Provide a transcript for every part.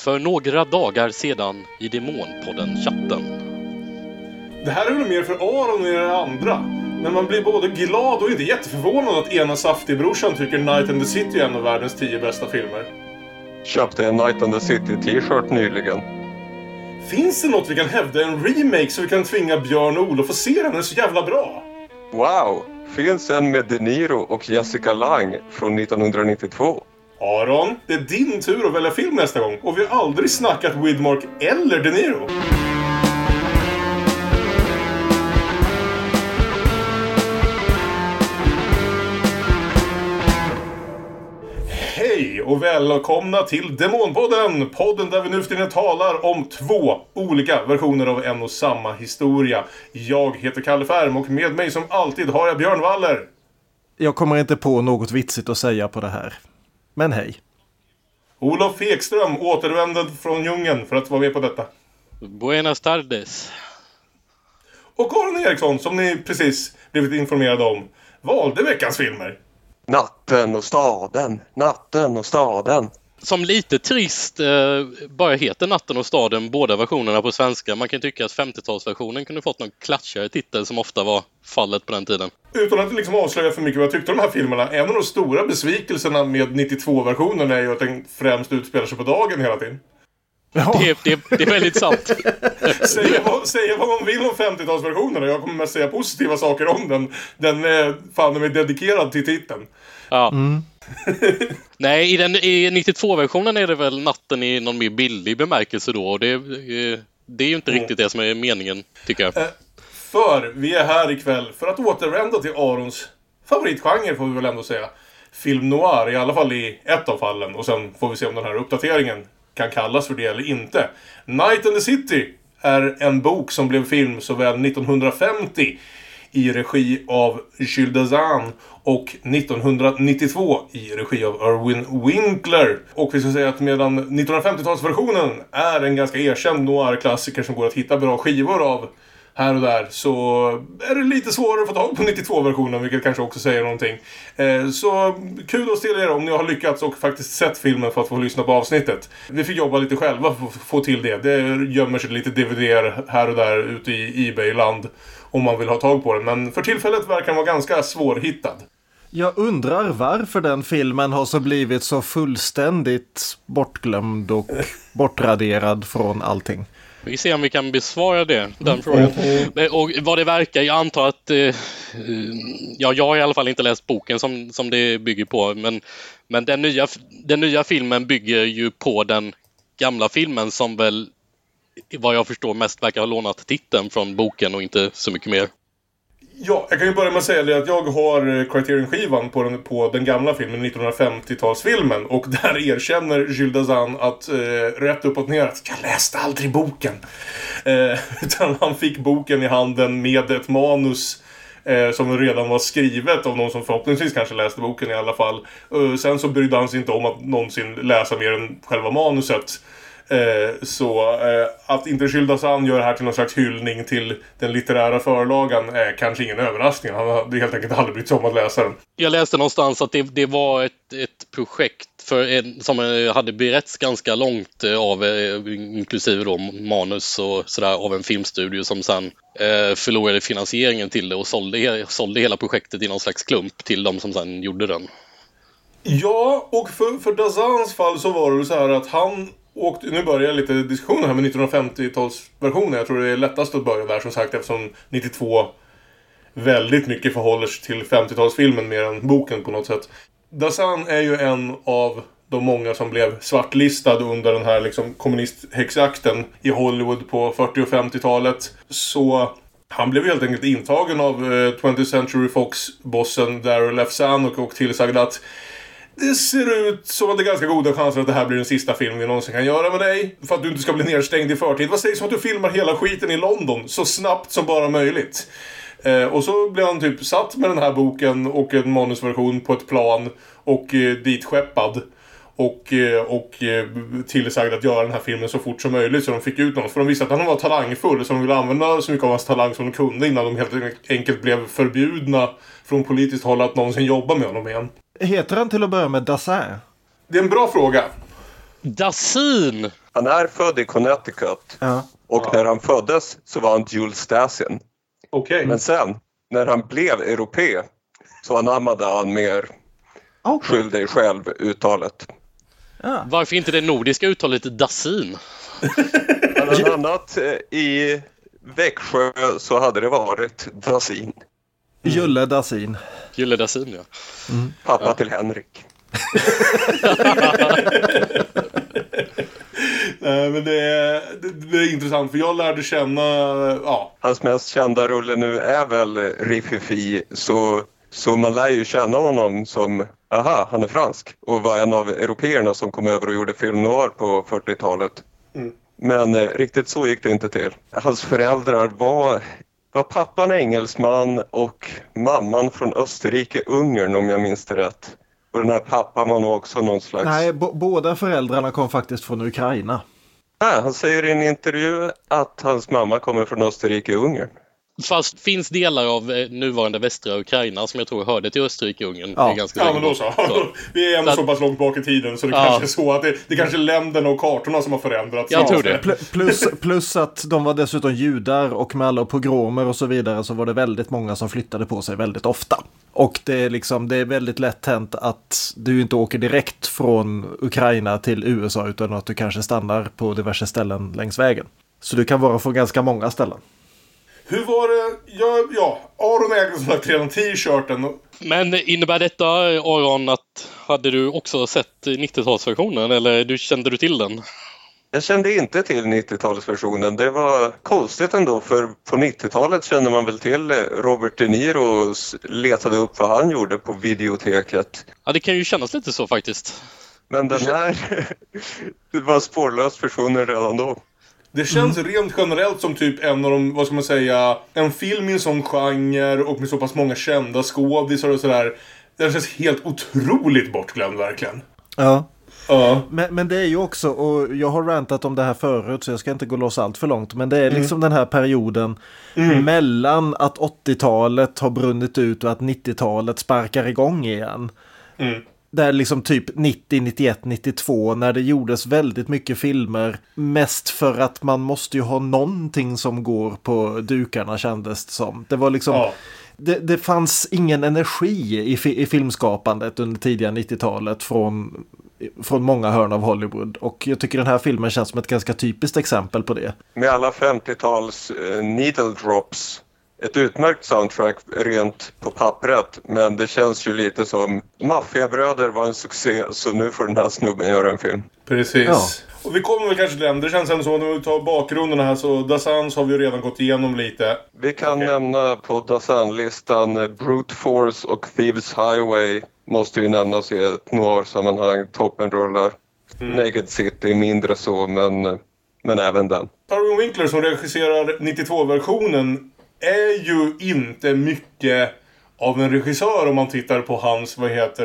För några dagar sedan i Demonpodden-chatten. Det här är väl mer för Aron och er andra. Men man blir både glad och inte jätteförvånad att ena saftig-brorsan tycker Night and the City är en av världens 10 bästa filmer. Köpte en Night and the City t-shirt nyligen. Finns det något vi kan hävda en remake så vi kan tvinga Björn och Olof att se den är så jävla bra? Wow! Finns en med De Niro och Jessica Lange från 1992. Aron, det är din tur att välja film nästa gång. Och vi har aldrig snackat Widmark eller De Niro. Hej och välkomna till Demonpodden. Podden där vi nu för tiden talar om 2 olika versioner av en och samma historia. Jag heter Kalle Färm och med mig som alltid har jag Björn Waller. Jag kommer inte på något vitsigt att säga på det här. Men hej. Olof Ekström återvände från djungeln för att vara med på detta. Buenas tardes. Och Aron Eriksson, som ni precis blivit informerade om, valde veckans filmer. Natten och staden, natten och staden. Som lite trist bara heter Natten och staden båda versionerna på svenska. Man kan tycka att 50-talsversionen kunde fått någon klatschigare titel som ofta var fallet på den tiden. Utan att liksom avslöja för mycket vad jag tyckte om de här filmerna. En av de stora besvikelserna med 92-versionen är ju att den främst utspelar sig på dagen hela tiden. Ja. Det är väldigt sant. Säga vad man vill om 50-talsversionerna. Jag kommer mest säga positiva saker om den. Den är fan med dedikerad till titeln. Ja. Nej, i 92-versionen är det väl natten i någon mer billig bemärkelse då. Och det är ju inte riktigt det som är meningen, tycker jag. För vi är här ikväll för att återvända till Arons favoritgenre, får vi väl ändå säga. Film noir, i alla fall i ett av fallen. Och sen får vi se om den här uppdateringen kan kallas för det eller inte. Night and the City är en bok som blev film såväl 1950 i regi av Jules Dassin och 1992 i regi av Irwin Winkler. Och vi ska säga att medan 1950-talsversionen är en ganska erkänd noir-klassiker som går att hitta bra skivor av här och där, så är det lite svårare att få tag på 92-versionen, vilket kanske också säger någonting. Så kudos till er om ni har lyckats och faktiskt sett filmen för att få lyssna på avsnittet. Vi fick jobba lite själva för att få till det. Det gömmer sig lite DVD här och där ute i eBay-land om man vill ha tag på den. Men för tillfället verkar den vara ganska svårhittad. Jag undrar varför den filmen har så blivit så fullständigt bortglömd och bortraderad från allting. Vi ser om vi kan besvara den frågan. Och vad det verkar, jag antar att jag har i alla fall inte läst boken som det bygger på, men den nya filmen bygger ju på den gamla filmen som väl, vad jag förstår, mest verkar ha lånat titeln från boken och inte så mycket mer. Ja, jag kan ju börja med att säga det att jag har Criterion-skivan på den gamla filmen, 1950-talsfilmen. Och där erkänner Jules Dassin att rätt upp och ner att jag läste aldrig boken. Utan han fick boken i handen med ett manus som redan var skrivet av någon som förhoppningsvis kanske läste boken i alla fall. Sen så brydde han sig inte om att någonsin läsa mer än själva manuset. Så att inte Jules Dassin gör det här till någon slags hyllning till den litterära förlagan är kanske ingen överraskning. Han hade helt enkelt aldrig brytt sig om att läsa den. Jag läste någonstans att det var ett projekt som hade berättats ganska långt av, inklusive då manus och sådär, av en filmstudio som sen förlorade finansieringen till det och sålde hela projektet i någon slags klump till de som sen gjorde den. Ja, och för Dassins fall så var det så här att han åkte, nu börjar jag lite diskussioner här med 1950-talsversionen. Jag tror det är lättast att börja där, som sagt, eftersom 92 väldigt mycket förhåller sig till 50-talsfilmen mer än boken på något sätt. Dassin är ju en av de många som blev svartlistad under den här liksom kommunisthäxjakten i Hollywood på 40- och 50-talet. Så han blev helt enkelt intagen av 20th Century Fox-bossen Darryl F. Zanuck och tillsagd att det ser ut som att det är ganska goda chanser att det här blir den sista filmen vi någonsin kan göra med dig. För att du inte ska bli nedstängd i förtid. Vad sägs om att du filmar hela skiten i London så snabbt som bara möjligt? Och så blev han typ satt med den här boken och en manusversion på ett plan och ditskeppad. Och tillsagd att göra den här filmen så fort som möjligt så de fick ut något. För de visste att han var talangfull så de ville använda så mycket av hans talang som de kunde innan de helt enkelt blev förbjudna från politiskt håll att någonsin jobba med honom igen. Heter han till att börja med Dassin? Det är en bra fråga. Dasin! Han är född i Connecticut. Ja. Och när han föddes så var han Jules Stassin. Okej. Men sen, när han blev europé, så anammade han mer skyll dig själv uttalet. Ja. Varför inte det nordiska uttalet Dasin? Bland annat i Växjö så hade det varit Dasin. Julle Dasin. Julle Dasin, ja. Pappa till Henrik. Nej, men det är intressant för jag lärde känna, Hans mest kända rulle nu är väl Rififi, så man lär ju känna honom som, han är fransk och var en av européerna som kom över och gjorde film noir på 40-talet. Men riktigt så gick det inte till. Hans föräldrar var pappan engelsman och mamman från Österrike-Ungern, om jag minns det rätt. Och den här pappan var nog också någon slags... Nej, båda föräldrarna kom faktiskt från Ukraina. Han säger i en intervju att hans mamma kommer från Österrike-Ungern. Fast finns delar av nuvarande västra Ukraina som jag tror hörde till Österrike-Ungern. Ja. Det är ganska men då så. Vi är ändå så pass långt bak i tiden så det kanske är så att det kanske är länderna och kartorna som har förändrats. Jag tror det. Plus att de var dessutom judar och med alla pogromer och så vidare så var det väldigt många som flyttade på sig väldigt ofta. Och det är väldigt lätt hänt att du inte åker direkt från Ukraina till USA utan att du kanske stannar på diverse ställen längs vägen. Så du kan vara från ganska många ställen. Hur var det? Aron ägde som sagt redan t-shirten. Men innebär detta, Aron, att hade du också sett 90-talsversionen eller kände du till den? Jag kände inte till 90-talsversionen. Det var konstigt ändå, för på 90-talet kände man väl till Robert De Niro och letade upp vad han gjorde på videoteket. Ja, det kan ju kännas lite så faktiskt. Men den här det var spårlöst försvunnen redan då. Det känns rent generellt som typ en av de, vad ska man säga, en film i en sån genre och med så pass många kända skådisar och sådär. Den känns helt otroligt bortglömd verkligen. Ja. Ja. Men det är ju också, och jag har rantat om det här förut så jag ska inte gå loss allt för långt, men det är liksom den här perioden mellan att 80-talet har brunnit ut och att 90-talet sparkar igång igen. Där liksom typ 90, 91, 92 när det gjordes väldigt mycket filmer mest för att man måste ju ha någonting som går på dukarna, kändes det som. Det var liksom det fanns ingen energi i filmskapandet under tidiga 90-talet från många hörn av Hollywood, och jag tycker den här filmen känns som ett ganska typiskt exempel på det. Med alla 50-tals needle drops. Ett utmärkt soundtrack rent på pappret, men det känns ju lite som Maffiabröder var en succé, så nu får den här snubben göra en film. Precis. Ja. Och vi kommer väl kanske till den. Det känns ändå så, när vi tar bakgrunderna här, så Dassans har vi ju redan gått igenom lite. Vi kan nämna på Dassan-listan Brute Force och Thieves Highway måste ju nämnas i ett noir-sammanhang. Toppenrullar. Naked City mindre så, men även den. Irwin Winkler som regisserar 92-versionen är ju inte mycket av en regissör om man tittar på hans,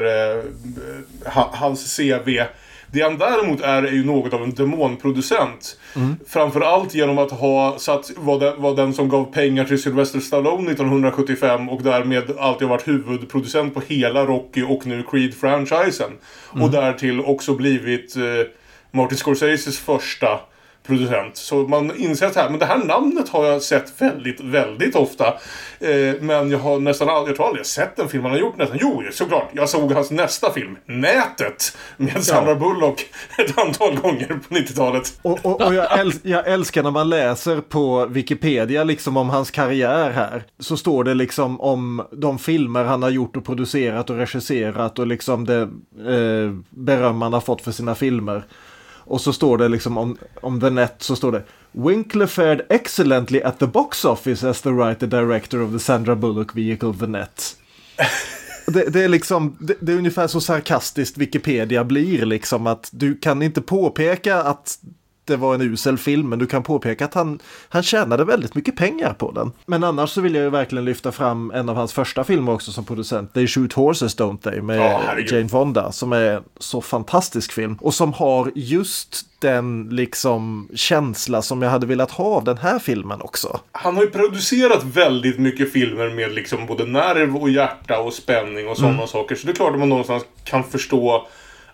hans CV. Det han däremot är ju något av en demonproducent. Framförallt genom att ha var den som gav pengar till Sylvester Stallone 1975 och därmed alltid har varit huvudproducent på hela Rocky och nu Creed-franchisen. Och därtill också blivit Martin Scorseses första producent. Så man inser att men det här namnet har jag sett väldigt, väldigt ofta. Men jag har jag tror aldrig sett den film han har gjort nästan. Jo, såklart. Jag såg hans nästa film, Nätet, med Sandra Bullock ett antal gånger på 90-talet. Och jag älskar när man läser på Wikipedia liksom om hans karriär här. Så står det liksom om de filmer han har gjort och producerat och regisserat och liksom det beröm han har fått för sina filmer. Och så står det liksom om The Net, så står det Winkler fared excellently at the box office as the writer director of the Sandra Bullock vehicle The Net. Det är liksom det är ungefär så sarkastiskt Wikipedia blir liksom, att du kan inte påpeka att det var en usel film, men du kan påpeka att han tjänade väldigt mycket pengar på den. Men annars så vill jag ju verkligen lyfta fram en av hans första filmer också som producent. They Shoot Horses, Don't They? Med Jane Fonda, som är en så fantastisk film. Och som har just den liksom känsla som jag hade velat ha av den här filmen också. Han har ju producerat väldigt mycket filmer med liksom både nerv och hjärta och spänning och sådana saker. Så det är klart att man någonstans kan förstå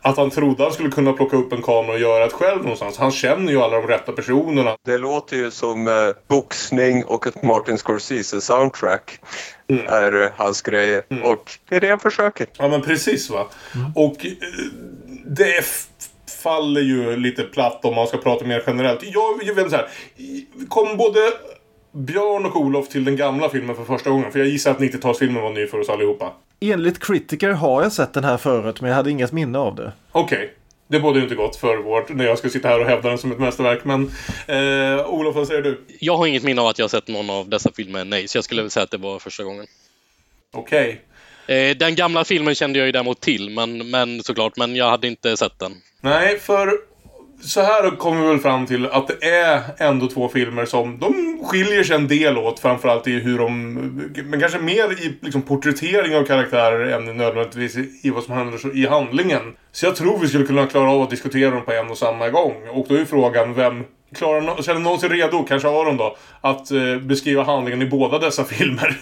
att han trodde han skulle kunna plocka upp en kamera och göra det själv någonstans. Han känner ju alla de rätta personerna. Det låter ju som boxning och ett Martin Scorsese soundtrack är hans grej. Och det är det han försöker. Ja, men precis va. Och det faller ju lite platt om man ska prata mer generellt. Jag vet så här, kom både Björn och Olof till den gamla filmen för första gången? För jag gissar att 90-talsfilmen var ny för oss allihopa. Enligt Critiker har jag sett den här förut, men jag hade inget minne av det. Okej. Det borde ju inte gått för vårt när jag ska sitta här och hävda den som ett mästerverk. Men Olof, vad säger du? Jag har inget minne av att jag har sett någon av dessa filmer, nej. Så jag skulle säga att det var första gången. Okej. Den gamla filmen kände jag ju däremot till, men såklart, men jag hade inte sett den. Nej, för så här kommer vi väl fram till att det är ändå två filmer som de skiljer sig en del åt, framförallt i hur de, men kanske mer i liksom porträttering av karaktärer än nödvändigtvis i vad som händer i handlingen. Så jag tror vi skulle kunna klara av att diskutera dem på en och samma gång. Och då är frågan, vem känner någon sig redo, kanske Aron då, att beskriva handlingen i båda dessa filmer?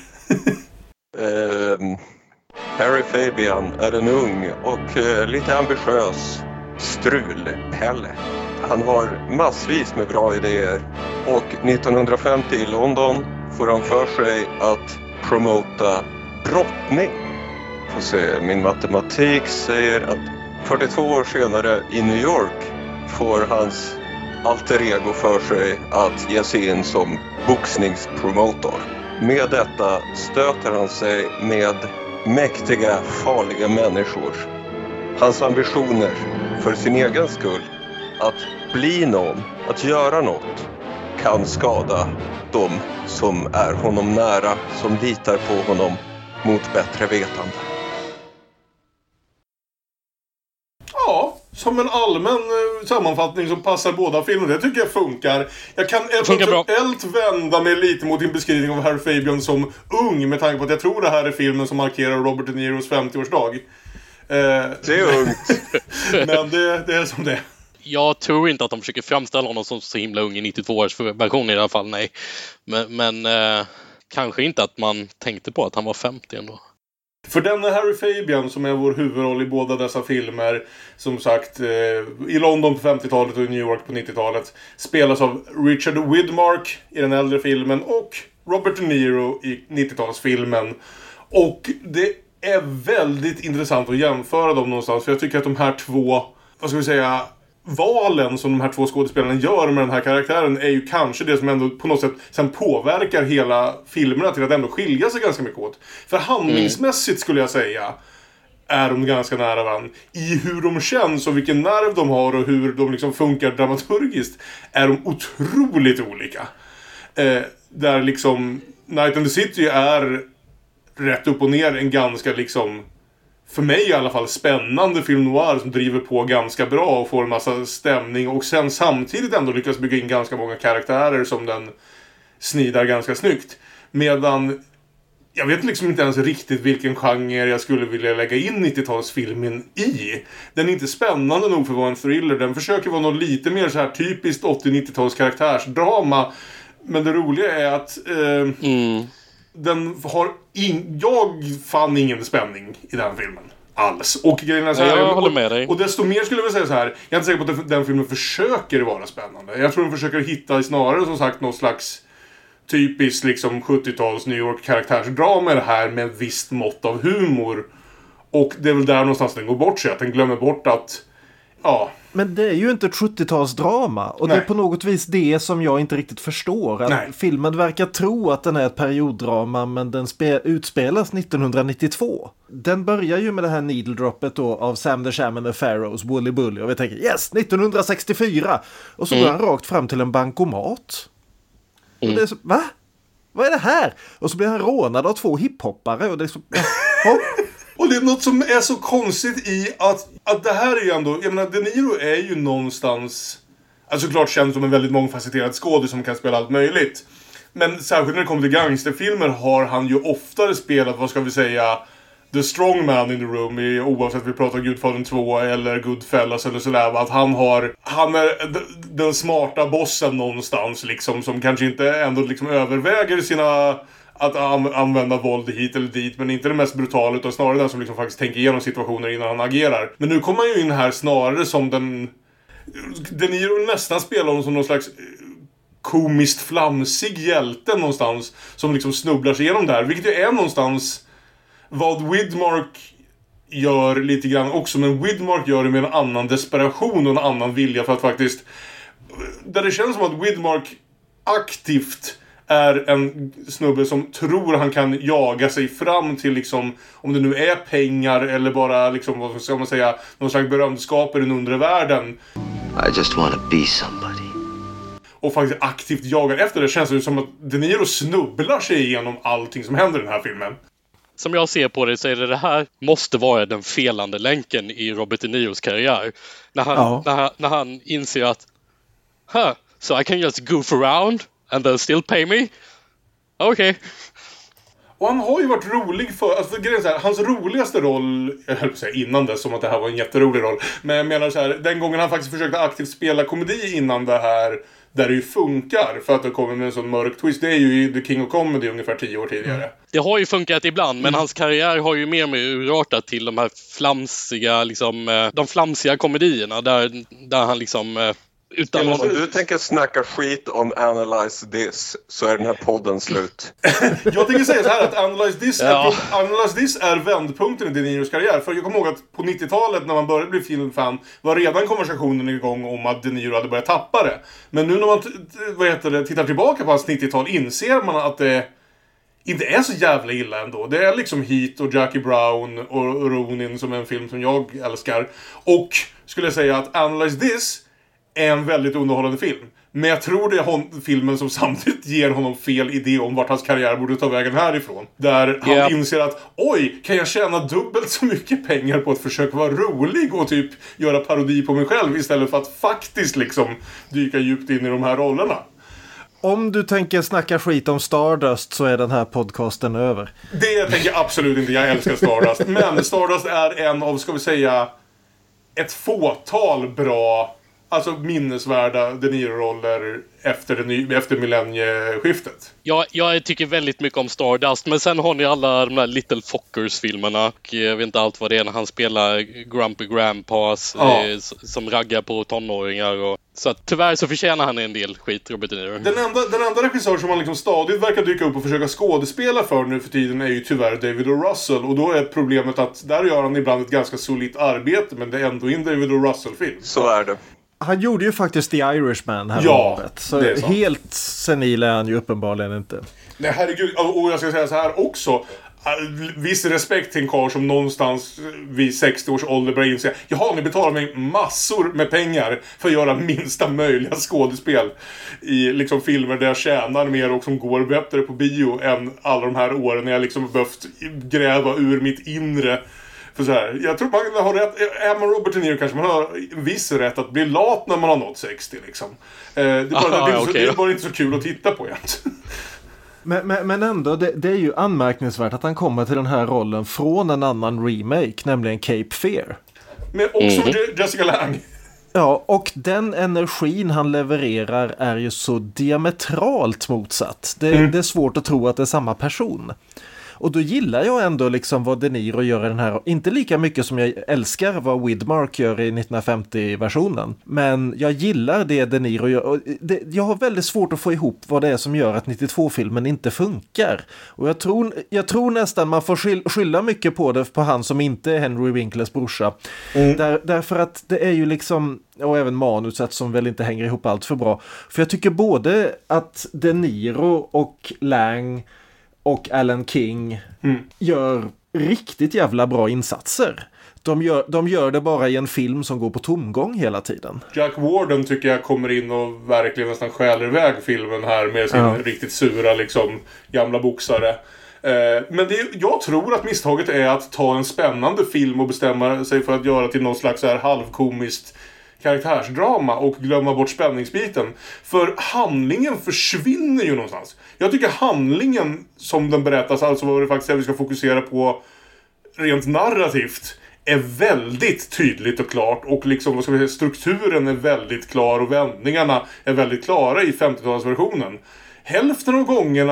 Harry Fabian är en ung och lite ambitiös strulpelle. Han har massvis med bra idéer och 1950 i London får han för sig att promota brottning. Får se, min matematik säger att 42 år senare i New York får hans alter ego för sig att ge sig in som boxningspromotor. Med detta stöter han sig med mäktiga, farliga människor. Hans ambitioner för sin egen skull att bli någon, att göra något, kan skada de som är honom nära, som litar på honom mot bättre vetande. Ja, som en allmän sammanfattning som passar båda filmerna. Det tycker jag funkar. Jag kan eventuellt vända mig lite mot din beskrivning av Harry Fabian som ung, med tanke på att jag tror det här är filmen som markerar Robert De Niros 50-årsdag. Det är ungt. Men det är som det. Jag tror inte att de försöker framställa honom som så himla ung i 92-års-version i alla fall, nej. Men kanske inte att man tänkte på att han var 50 ändå. För den Harry Fabian som är vår huvudroll i båda dessa filmer, som sagt, i London på 50-talet och i New York på 90-talet, spelas av Richard Widmark i den äldre filmen och Robert De Niro i 90-talsfilmen. Och det är väldigt intressant att jämföra dem någonstans, för jag tycker att de här två, vad ska vi säga, valen som de här två skådespelarna gör med den här karaktären är ju kanske det som ändå på något sätt sen påverkar hela filmerna till att ändå skilja sig ganska mycket åt. För handlingsmässigt skulle jag säga är de ganska nära varandra. I hur de känns och vilken nerv de har och hur de liksom funkar dramaturgiskt är de otroligt olika. Där liksom Night in the City är rätt upp och ner en ganska liksom, för mig i alla fall, spännande film noir som driver på ganska bra och får en massa stämning och sen samtidigt ändå lyckas bygga in ganska många karaktärer som den snidar ganska snyggt. Medan jag vet liksom inte ens riktigt vilken genre jag skulle vilja lägga in 90-talsfilmen i. Den är inte spännande nog för att vara en thriller. Den försöker vara något lite mer så här typiskt 80-90-tals karaktärsdrama. Men det roliga är att den har jag fann ingen spänning i den filmen alls. Och grejen är så här, jag håller med dig. Och desto mer skulle jag vilja säga så här, jag är inte säker på att den filmen försöker vara spännande. Jag tror den försöker hitta snarare som sagt någon slags typiskt liksom 70-tals New York karaktärsdrama, det här med ett visst mått av humor. Och det är väl där någonstans den går bort sig, att den glömmer bort att Men det är ju inte ett 70-talsdrama. Och Nej. det är på något vis det som jag inte riktigt förstår. Att filmen verkar tro att den är ett perioddrama, men den utspelas 1992. Den börjar ju med det här needle droppet då av Sam the Sham and the Pharaohs, Wooly Bully. Och vi tänker, yes, 1964! Och så går han rakt fram till en bankomat. Och det är så, va? Vad är det här? Och så blir han rånad av 2 hiphoppare. Och det är så, Och det är något som är så konstigt i att det här är ju ändå, jag menar, De Niro är ju någonstans, alltså klart känd som en väldigt mångfacetterad skådespelare som kan spela allt möjligt. Men särskilt när det kommer till gangsterfilmer har han ju oftare spelat, vad ska vi säga, the strong man in the room, oavsett vi pratar om Gudfadern 2 eller Goodfellas eller sådär, att han är den smarta bossen någonstans liksom, som kanske inte ändå liksom överväger sina att använda våld hit eller dit, men inte det mest brutala utan snarare den som liksom faktiskt tänker igenom situationer innan han agerar. Men nu kommer man ju in här snarare som De Niro nästan spelar honom som någon slags komiskt flamsig hjälte någonstans som liksom snubblar sig igenom det här, vilket ju är någonstans vad Widmark gör lite grann också, men Widmark gör det med en annan desperation och en annan vilja för att faktiskt, där det känns som att Widmark aktivt är en snubbe som tror han kan jaga sig fram till liksom, om det nu är pengar eller bara liksom, vad ska man säga, någon slags berömdskap i den undre världen. I just want to be somebody. Och faktiskt aktivt jagar efter det. Känns det som att De Niro snubblar sig igenom allting som händer i den här filmen. Som jag ser på det så är det här måste vara den felande länken i Robert De Niros karriär. När han inser att so I can just goof around and they'll still pay me? Okej. Och han har ju varit rolig för grejen så här, hans roligaste roll, jag höll på att säga innan det, som att det här var en jätterolig roll, men jag menar så här, den gången han faktiskt försökte aktivt spela komedi innan det här, där det ju funkar för att det kommer med en sån mörk twist, det är ju i The King of Comedy ungefär 10 år tidigare. Det har ju funkat ibland, men hans karriär har ju mer och mer urartat till de här flamsiga, liksom, de flamsiga komedierna där han liksom utan om du tänker snacka skit om Analyze This så är den här podden slut. Jag tänker säga så här att Analyze This är vändpunkten i De Niros karriär. För jag kommer ihåg att på 90-talet när man började bli filmfan var redan konversationen igång om att De Niro hade börjat tappa det. Men nu när man tittar tillbaka på hans 90-tal inser man att det inte är så jävla illa ändå. Det är liksom Heat och Jackie Brown och Ronin som är en film som jag älskar. Och skulle jag säga att Analyze This är en väldigt underhållande film. Men jag tror det är filmen som samtidigt ger honom fel idé om vart hans karriär borde ta vägen härifrån. Där han inser att kan jag tjäna dubbelt så mycket pengar på att försöka vara rolig och typ göra parodi på mig själv istället för att faktiskt liksom dyka djupt in i de här rollerna. Om du tänker snacka skit om Stardust så är den här podcasten över. Det tänker jag absolut inte. Jag älskar Stardust. Men Stardust är en av, ska vi säga, ett fåtal bra, alltså minnesvärda De Niro-roller efter millennieskiftet. Ja, jag tycker väldigt mycket om Stardust, men sen har ni alla de där Little Fockers-filmerna. Och jag vet inte allt vad det är när han spelar Grumpy Grandpas som raggar på tonåringar. Så att, tyvärr så förtjänar han en del skit, Robert De Niro. Den enda regissör som man liksom stadigt verkar dyka upp och försöka skådespela för nu för tiden är ju tyvärr David O. Russell. Och då är problemet att där gör han ibland ett ganska solitt arbete, men det är ändå en David O. Russell-film. Så är det. Han gjorde ju faktiskt The Irishman här året. Så helt senil är han ju uppenbarligen inte. Nej, herregud. Och jag ska säga så här också. Viss respekt till en karl som någonstans vid 60 års ålder börjar inse, ni betalar mig massor med pengar för att göra minsta möjliga skådespel i liksom filmer där jag tjänar mer och som går bättre på bio än alla de här åren när jag liksom behövt gräva ur mitt inre. För så här, jag tror man har rätt, är man Robert De Niro kanske man har en viss rätt att bli lat när man har nått 60 liksom. Det är bara inte så kul att titta på egentligen. Men ändå, det är ju anmärkningsvärt att han kommer till den här rollen från en annan remake, nämligen Cape Fear. Men också Jessica Lange. Ja, och den energin han levererar är ju så diametralt motsatt. Det är svårt att tro att det är samma person. Och då gillar jag ändå liksom vad De Niro gör i den här. Inte lika mycket som jag älskar vad Widmark gör i 1950-versionen. Men jag gillar det De Niro gör. Och jag har väldigt svårt att få ihop vad det är som gör att 92-filmen inte funkar. Och jag tror nästan man får skylla mycket på det på han som inte är Henry Winklers brorsa. Därför att det är ju liksom, och även manuset som väl inte hänger ihop allt för bra. För jag tycker både att De Niro och Lang och Alan King gör riktigt jävla bra insatser. De gör det bara i en film som går på tomgång hela tiden. Jack Warden tycker jag kommer in och verkligen nästan stjäler iväg filmen här med sin riktigt sura liksom, gamla boxare. Men jag tror att misstaget är att ta en spännande film och bestämma sig för att göra till någon slags så här halvkomiskt karaktärsdrama och glömma bort spänningsbiten. För handlingen försvinner ju någonstans. Jag tycker handlingen som den berättas, alltså vad det faktiskt är vi ska fokusera på rent narrativt, är väldigt tydligt och klart. Och liksom, vad ska vi säga, strukturen är väldigt klar och vändningarna är väldigt klara i 50-talsversionen. Hälften av gångerna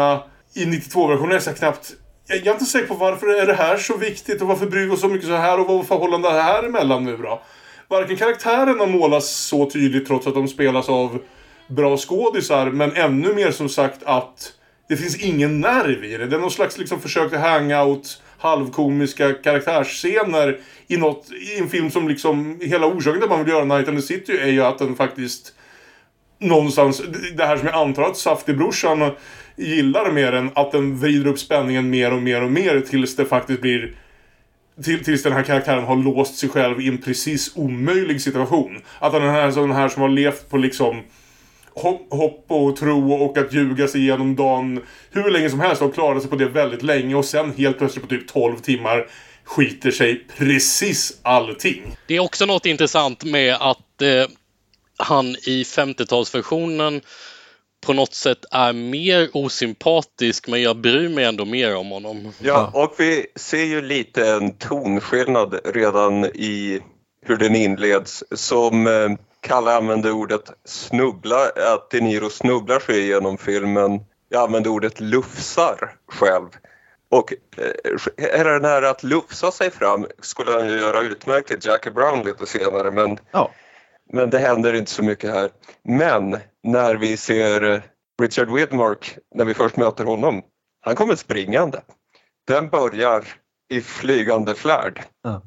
i 92-versionen är så knappt... Jag är inte säker på varför är det här så viktigt och varför bryr vi oss så mycket så här och vad förhållande är här emellan nu då? Varken karaktärerna målas så tydligt trots att de spelas av bra skådisar, men ännu mer som sagt att det finns ingen nerv i det. Det är någon slags liksom försök till hangout, halvkomiska karaktärsscener i en film som liksom, hela orsaken till att man vill göra Night in the City är ju att den faktiskt någonstans, det här som jag antar att Safdie-brorsan gillar mer än att den vrider upp spänningen mer och mer och mer tills det faktiskt blir tills den här karaktären har låst sig själv i en precis omöjlig situation. Att den här sån här som har levt på liksom hopp och tro och att ljuga sig igenom dagen hur länge som helst och klarar sig på det väldigt länge och sen helt plötsligt på typ 12 timmar skiter sig precis allting. Det är också något intressant med att han i 50-talsversionen på något sätt är mer osympatisk, men jag bryr mig ändå mer om honom. Ja, och vi ser ju lite en tonskillnad redan i hur den inleds. Som Kalle använde ordet snubbla, att De Niro snubblar sig igenom filmen. Jag använde ordet lufsar själv. Och är det den här att lufsa sig fram skulle han ju göra utmärkt till Jackie Brown lite senare, men... Ja. Men det händer inte så mycket här. Men när vi ser Richard Widmark, när vi först möter honom, han kommer springande. Den börjar i flygande flärd.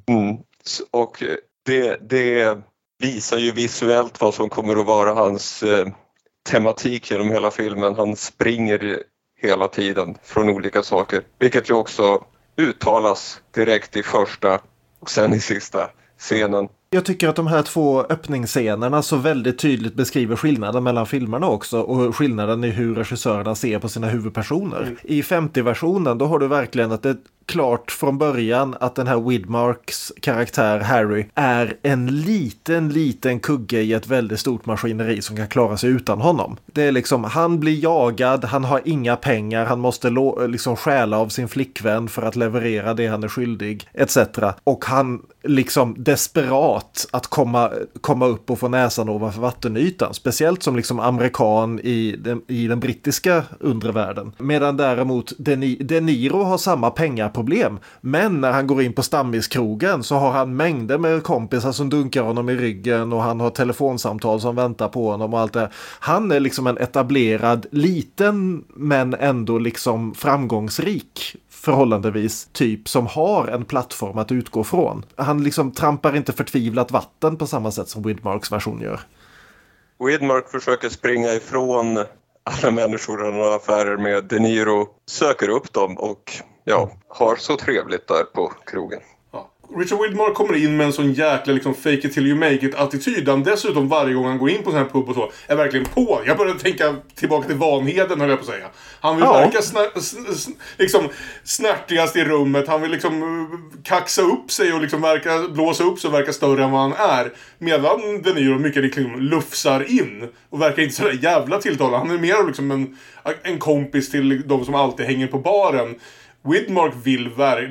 Och det visar ju visuellt vad som kommer att vara hans tematik genom hela filmen. Han springer hela tiden från olika saker. Vilket ju också uttalas direkt i första och sen i sista scenen. Jag tycker att de här två öppningsscenerna så väldigt tydligt beskriver skillnaden mellan filmerna också och skillnaden i hur regissörerna ser på sina huvudpersoner. I 50-versionen då har du verkligen att det är klart från början att den här Widmarks karaktär Harry är en liten kugge i ett väldigt stort maskineri som kan klara sig utan honom. Det är liksom, han blir jagad, han har inga pengar, han måste liksom stjäla av sin flickvän för att leverera det han är skyldig, etc. Och han liksom desperat att komma upp och få näsan ovanför vattenytan. Speciellt som liksom amerikan i den brittiska undervärlden. Medan däremot De Niro har samma pengaproblem. Men när han går in på stammiskrogen så har han mängder med kompisar som dunkar honom i ryggen och han har telefonsamtal som väntar på honom och allt det. Han är liksom en etablerad, liten men ändå liksom framgångsrik förhållandevis typ som har en plattform att utgå från. Han liksom trampar inte förtvivlat vatten på samma sätt som Widmarks version gör. Widmark försöker springa ifrån alla människor och några affärer med De Niro, söker upp dem och har så trevligt där på krogen. Ja. Richard Widmark kommer in med en sån jäkla liksom fake it till you make it attityd. Han dessutom varje gång han går in på sån här pub och så är verkligen på. Jag började tänka tillbaka till Vanheden, höll jag på att säga. Han vill verka liksom snärtigast i rummet. Han vill liksom kaxa upp sig och liksom blåsa upp sig och verka större än vad han är. Medan De Niro mycket liksom lufsar in och verkar inte så där jävla tilltalad. Han är mer liksom en kompis till de som alltid hänger på baren. Widmark vill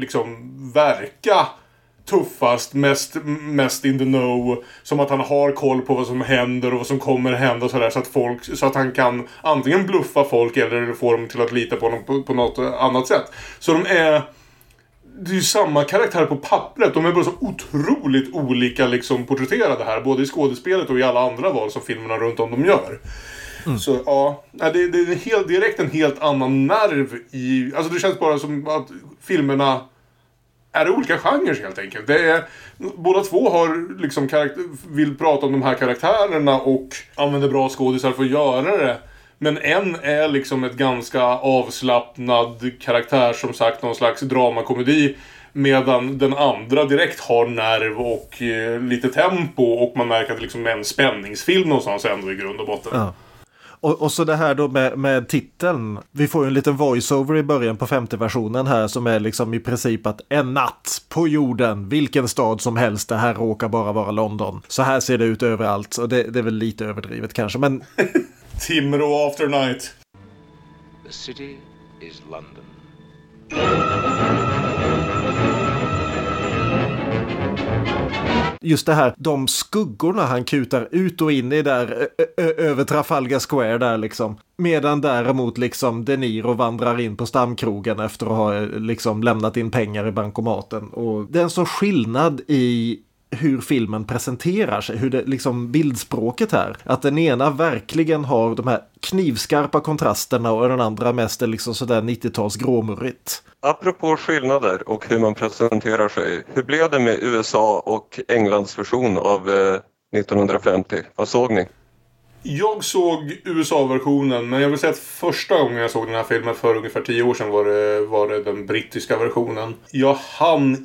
verka tuffast, mest in the know, som att han har koll på vad som händer och vad som kommer hända så där, så att han kan antingen bluffa folk eller få dem till att lita på honom på något annat sätt. Så det är ju samma karaktär på pappret. De är bara så otroligt olika liksom porträtterade här, både i skådespelet och i alla andra val som filmerna runt om de gör. Så ja, det är helt direkt en helt annan nerv i, alltså det känns bara som att filmerna är olika genrer helt enkelt. Båda två har liksom vill prata om de här karaktärerna och använder bra skådisar för att göra det. Men en är liksom ett ganska avslappnad karaktär, som sagt någon slags dramakomedi, medan den andra direkt har nerv och lite tempo och man märker att det liksom är en spänningsfilm någonstans ändå i grund och botten. Ja. Och så det här då med titeln. Vi får ju en liten voiceover i början på 50-versionen här som är liksom i princip att en natt på jorden, vilken stad som helst, det här råkar bara vara London. Så här ser det ut överallt, och det är väl lite överdrivet kanske, men... Timrå after night. The city is London. just det här, de skuggorna han kutar ut och in i där över Trafalgar Square där liksom. Medan däremot liksom De Niro vandrar in på stamkrogen efter att ha liksom lämnat in pengar i bankomaten. Och det är en så skillnad i hur filmen presenterar sig, hur det liksom bildspråket här. Att den ena verkligen har de här knivskarpa kontrasterna och den andra mest är liksom sådär 90-tals gråmurrigt. Apropå skillnader och hur man presenterar sig, hur blev det med USA och Englands version av 1950? Vad såg ni? Jag såg USA-versionen, men jag vill säga att första gången jag såg den här filmen för ungefär 10 år sedan var det den brittiska versionen. Jag hann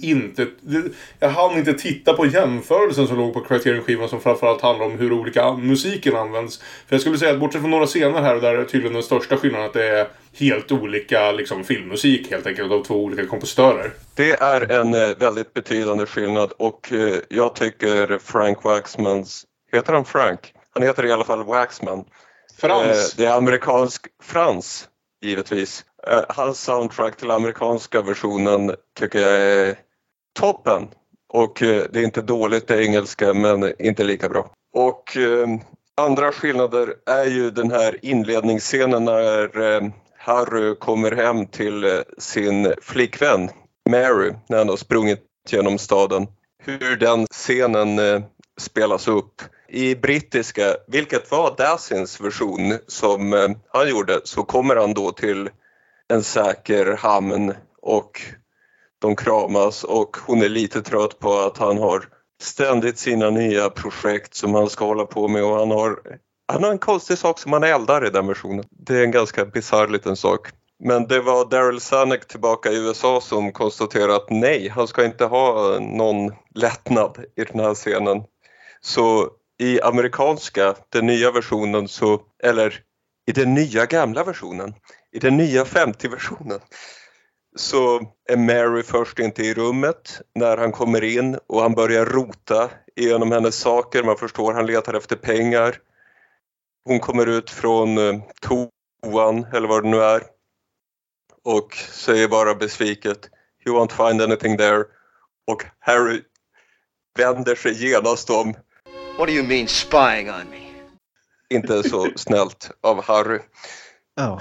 inte titta på jämförelsen som låg på Criterion-skivan som framförallt handlar om hur olika musiken används. För jag skulle säga att bortsett från några scener här och där är tydligen den största skillnaden att det är helt olika liksom, filmmusik helt enkelt av 2 olika kompositörer. Det är en väldigt betydande skillnad och jag tycker Frank Waxmans, heter han Frank? Han heter i alla fall Waxman. Frans. Det är amerikansk Frans, givetvis. Hans soundtrack till amerikanska versionen tycker jag är toppen. Och det är inte dåligt det engelska, men inte lika bra. Och andra skillnader är ju den här inledningsscenen när Harry kommer hem till sin flickvän Mary när han har sprungit genom staden. Hur den scenen spelas upp. I brittiska, vilket var Dassins version som han gjorde, så kommer han då till en säker hamn och de kramas och hon är lite trött på att han har ständigt sina nya projekt som han ska hålla på med och han har en konstig sak som han eldar i den versionen. Det är en ganska bizarr liten sak. Men det var Daryl Zanuck tillbaka i USA som konstaterade att nej, han ska inte ha någon lättnad i den här scenen. Så i amerikanska, den nya versionen så, eller i den nya gamla versionen, i den nya 50-versionen så är Mary först inte i rummet när han kommer in och han börjar rota igenom hennes saker. Man förstår, han letar efter pengar. Hon kommer ut från toan eller vad det nu är och säger bara besviket "You won't find anything there" och Harry vänder sig genast om. What do you mean spying on me? Inte så snällt av Harry. Ja.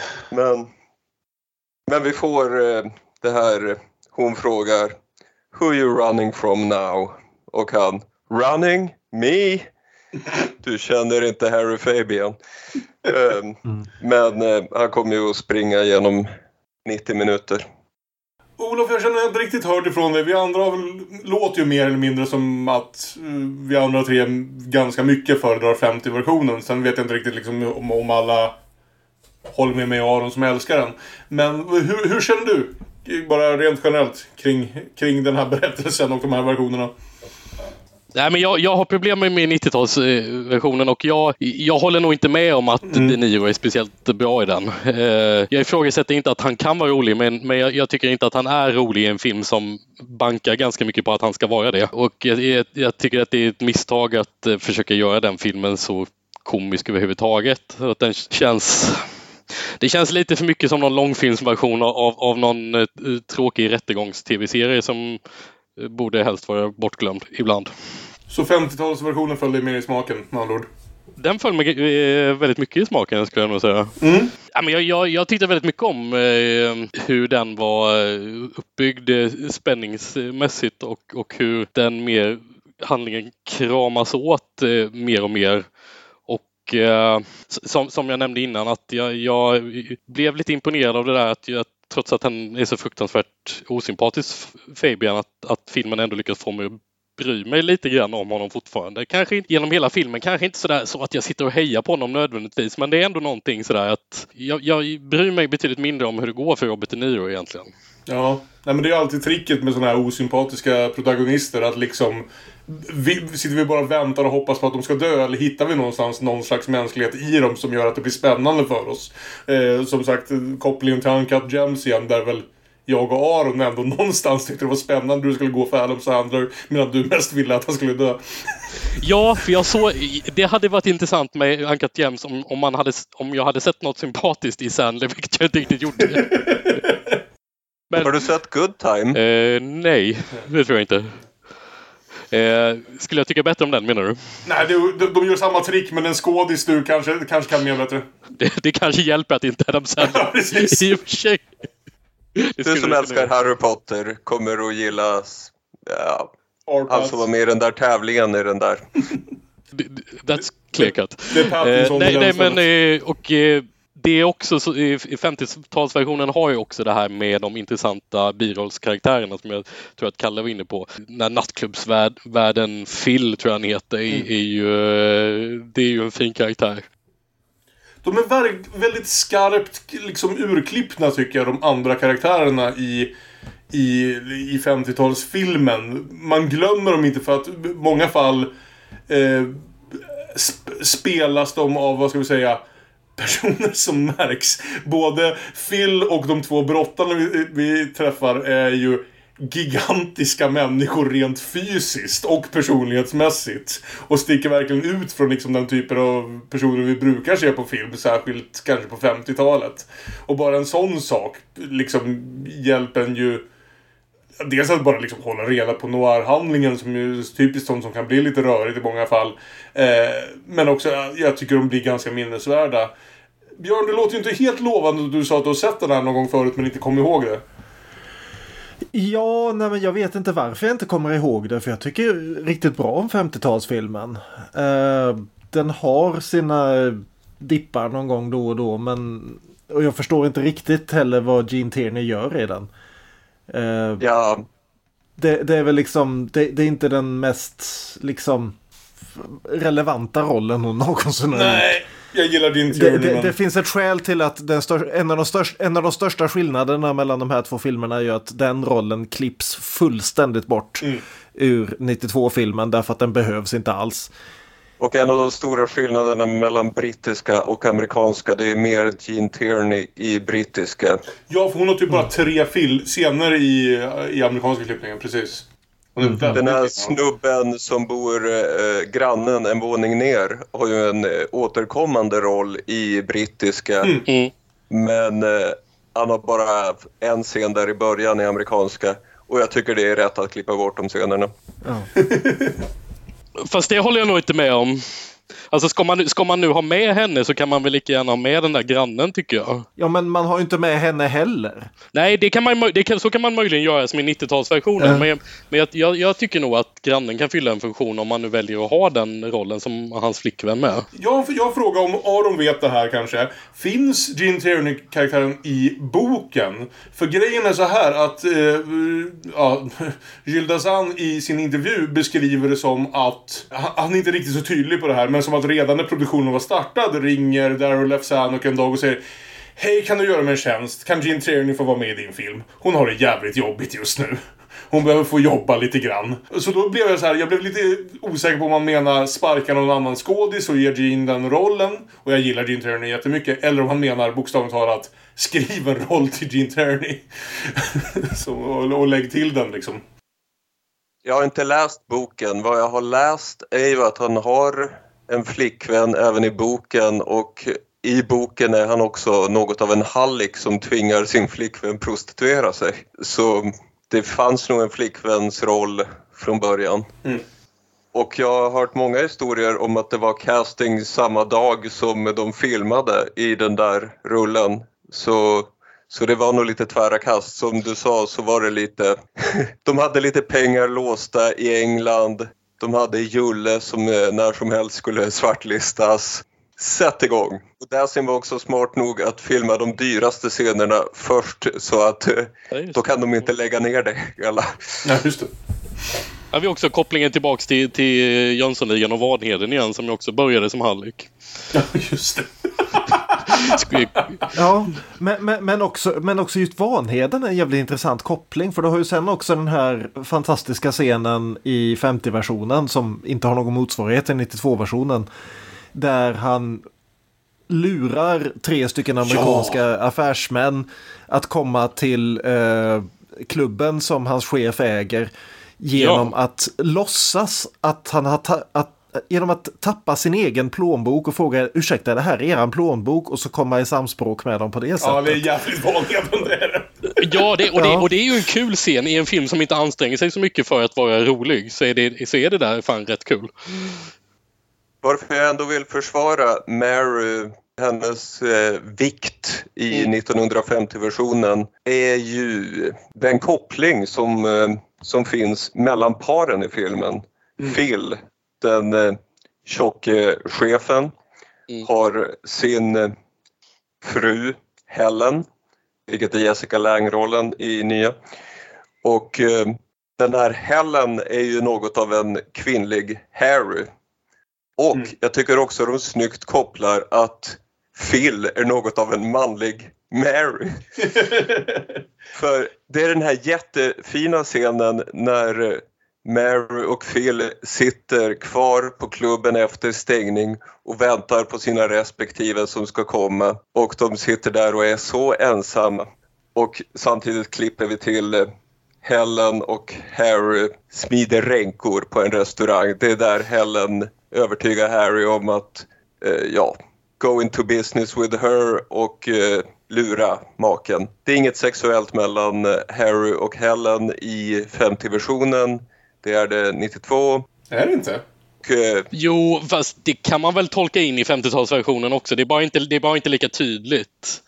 Men vi får det här, hon frågar "Who are you running from now?" Och han "Running? Me? Du känner inte Harry Fabian." Men han kommer ju att springa genom 90 minuter. Olof, jag känner inte riktigt hört ifrån dig. Vi andra låter ju mer eller mindre som att vi andra 3 ganska mycket föredrar 50-versionen. Sen vet jag inte riktigt liksom om alla håller med mig och Aron som älskar den. Men hur känner du? Bara rent generellt kring den här berättelsen och de här versionerna. Nej, men jag har problem med 90-talsversionen och jag håller nog inte med om att De Niro är speciellt bra i den. Jag ifrågasätter inte att han kan vara rolig, men jag tycker inte att han är rolig i en film som bankar ganska mycket på att han ska vara det. Och jag tycker att det är ett misstag att försöka göra den filmen så komisk överhuvudtaget. Att det känns lite för mycket som någon långfilmsversion av någon tråkig rättegångs-tv-serie som borde helst vara bortglömd ibland. Så 50-talsversionen följde mer i smaken, med andra ord? Den föll mig väldigt mycket i smaken, skulle jag nog säga. Ja, men jag tyckte väldigt mycket om hur den var uppbyggd spänningsmässigt och hur den handlingen kramas åt mer och mer. Och som jag nämnde innan, att jag blev lite imponerad av det där att trots att han är så fruktansvärt osympatisk, Fabian, att filmen ändå lyckas få mig att bry mig lite grann om honom fortfarande. Kanske inte genom hela filmen, kanske inte sådär så att jag sitter och hejar på honom nödvändigtvis, men det är ändå någonting sådär att jag bryr mig betydligt mindre om hur det går för Robert De Niro egentligen. Ja, nej, men det är alltid tricket med sådana här osympatiska protagonister att liksom sitter vi bara och väntar och hoppas på att de ska dö, eller hittar vi någonstans någon slags mänsklighet i dem som gör att det blir spännande för oss. Som sagt, kopplingen till Uncut Gems igen, där väl jag och Aron ändå någonstans tyckte det var spännande du skulle gå för Adam Sandler, medan du mest ville att han skulle dö. Ja, för det hade varit intressant med Uncut Gems om jag hade sett något sympatiskt i Sandler, vilket jag inte riktigt gjorde. Men, har du sett Good Time? Nej, det tror jag inte. Skulle jag tycka bättre om den, menar du? Nej, de gör samma trick, men en skådis du kanske kan mer bättre. Det kanske hjälper att inte Adam Sandler. Precis. I och för sig. Du som älskar Harry Potter kommer att gilla allt som var med i den där tävlingen i den där. That's clear cut. Det är Pattinson. Nej, men det är också så, i 50-talsversionen har ju också det här med de intressanta birollskaraktärerna som jag tror att Kalle var inne på. När nattklubbsvärden Phil, tror jag han heter, det är ju en fin karaktär. De är väldigt skarpt liksom urklippna, tycker jag, de andra karaktärerna i 50-talsfilmen. Man glömmer dem inte, för att i många fall spelas de av, vad ska vi säga, personer som märks. Både Phil och de två brottarna vi träffar är ju gigantiska människor rent fysiskt och personlighetsmässigt, och sticker verkligen ut från liksom den typen av personer vi brukar se på film, särskilt kanske på 50-talet. Och bara en sån sak liksom hjälper en ju dels att bara liksom hålla reda på noir-handlingen, som ju är typiskt sånt som kan bli lite rörigt i många fall. Men också, jag tycker de blir ganska minnesvärda. Björn, det låter ju inte helt lovande. Du sa att du har sett den här någon gång förut men inte kom ihåg det. Ja, nej, men jag vet inte varför jag inte kommer ihåg det, för jag tycker riktigt bra om 50-talsfilmen. Den har sina dippar någon gång då och då, och jag förstår inte riktigt heller vad Gene Tierney gör i den. Ja. Det är väl liksom, det är inte den mest liksom relevanta rollen hon någonsin har. Nej, jag gillar din teori. Det finns ett skäl till att en av de största skillnaderna mellan de här två filmerna är ju att den rollen klipps fullständigt bort ur 92-filmen, därför att den behövs inte alls. Och en av de stora skillnaderna mellan brittiska och amerikanska, det är mer Gene Tierney i brittiska. Ja, för hon har typ bara 3 scener i amerikanska klippningen, precis. Den här snubben som bor grannen en våning ner har ju en återkommande roll i brittiska. Men han har bara en scen där i början i amerikanska. Och jag tycker det är rätt att klippa bort de scenerna. Ja. Fast det håller jag nog inte med om. Alltså ska man nu ha med henne så kan man väl lika gärna ha med den där grannen, tycker jag. Ja, men man har ju inte med henne heller. Nej, så kan man möjligen göra som i 90-talsversionen. Men jag tycker nog att grannen kan fylla en funktion om man nu väljer att ha den rollen som hans flickvän med. Jag frågar om Aron vet det här kanske. Finns Gene Tierney-karaktären i boken? För grejen är så här att Gilles Dassin i sin intervju beskriver det som att han är inte riktigt så tydlig på det här, men som att redan när produktionen var startad ringer Darryl F. Zanuck en dag och säger: hej, kan du göra mig en tjänst? Kan Gene Tierney få vara med i din film? Hon har det jävligt jobbigt just nu. Hon behöver få jobba lite grann. Så då blev jag så här, jag blev lite osäker på om man menar sparka någon annan skådis och ge Gene den rollen. Och jag gillar Gene Tierney jättemycket. Eller om han menar bokstavligt talat, skriv en roll till Gene Tierney. och lägg till den liksom. Jag har inte läst boken. Vad jag har läst är ju att han har en flickvän även i boken, och i boken är han också något av en hallick som tvingar sin flickvän prostituera sig. Så det fanns nog en flickväns roll från början. Och jag har hört många historier om att det var casting samma dag som de filmade i den där rullen. Så det var nog lite tvära kast. Som du sa så var det lite... De hade lite pengar låsta i England. De hade Julle som när som helst skulle svartlistas. Sätt igång. Och Dassin var också smart nog att filma de dyraste scenerna först, så att då kan de inte lägga ner det hela. Ja, just det. Ja, vi har också kopplingen tillbaks till Jönssonligan och Vanheden igen, som ju också började som hallick. Ja, just det. Ja, men också just Vanheden är en jävligt intressant koppling, för du har ju sen också den här fantastiska scenen i 50-versionen som inte har någon motsvarighet i 92-versionen, där han lurar 3 stycken amerikanska affärsmän att komma till klubben som hans chef äger genom att låtsas att han har genom att tappa sin egen plånbok och fråga: ursäkta, det här är eran plånbok, och så komma i samspråk med dem på det sättet. Ja, det är jävligt vanligt. Ja, och det är ju en kul scen i en film som inte anstränger sig så mycket för att vara rolig. Så är det där fan rätt kul. Varför jag ändå vill försvara Mary, hennes vikt i 1950-versionen är ju den koppling som finns mellan paren i filmen. Phil, den tjocke chefen, har sin fru Helen, vilket är Jessica Lange-rollen i nya. Och den här Helen är ju något av en kvinnlig Harry. Och jag tycker också de snyggt kopplar att Phil är något av en manlig Mary. För det är den här jättefina scenen när Mary och Phil sitter kvar på klubben efter stängning och väntar på sina respektive som ska komma. Och de sitter där och är så ensamma. Och samtidigt klipper vi till Helen och Harry smider ränkor på en restaurang. Det är där Helen övertygar Harry om att go into business with her och lura maken. Det är inget sexuellt mellan Harry och Helen i 50-versionen. Det är det 92. Är det inte? Jo, fast det kan man väl tolka in i 50-talsversionen också. Det är bara inte lika tydligt.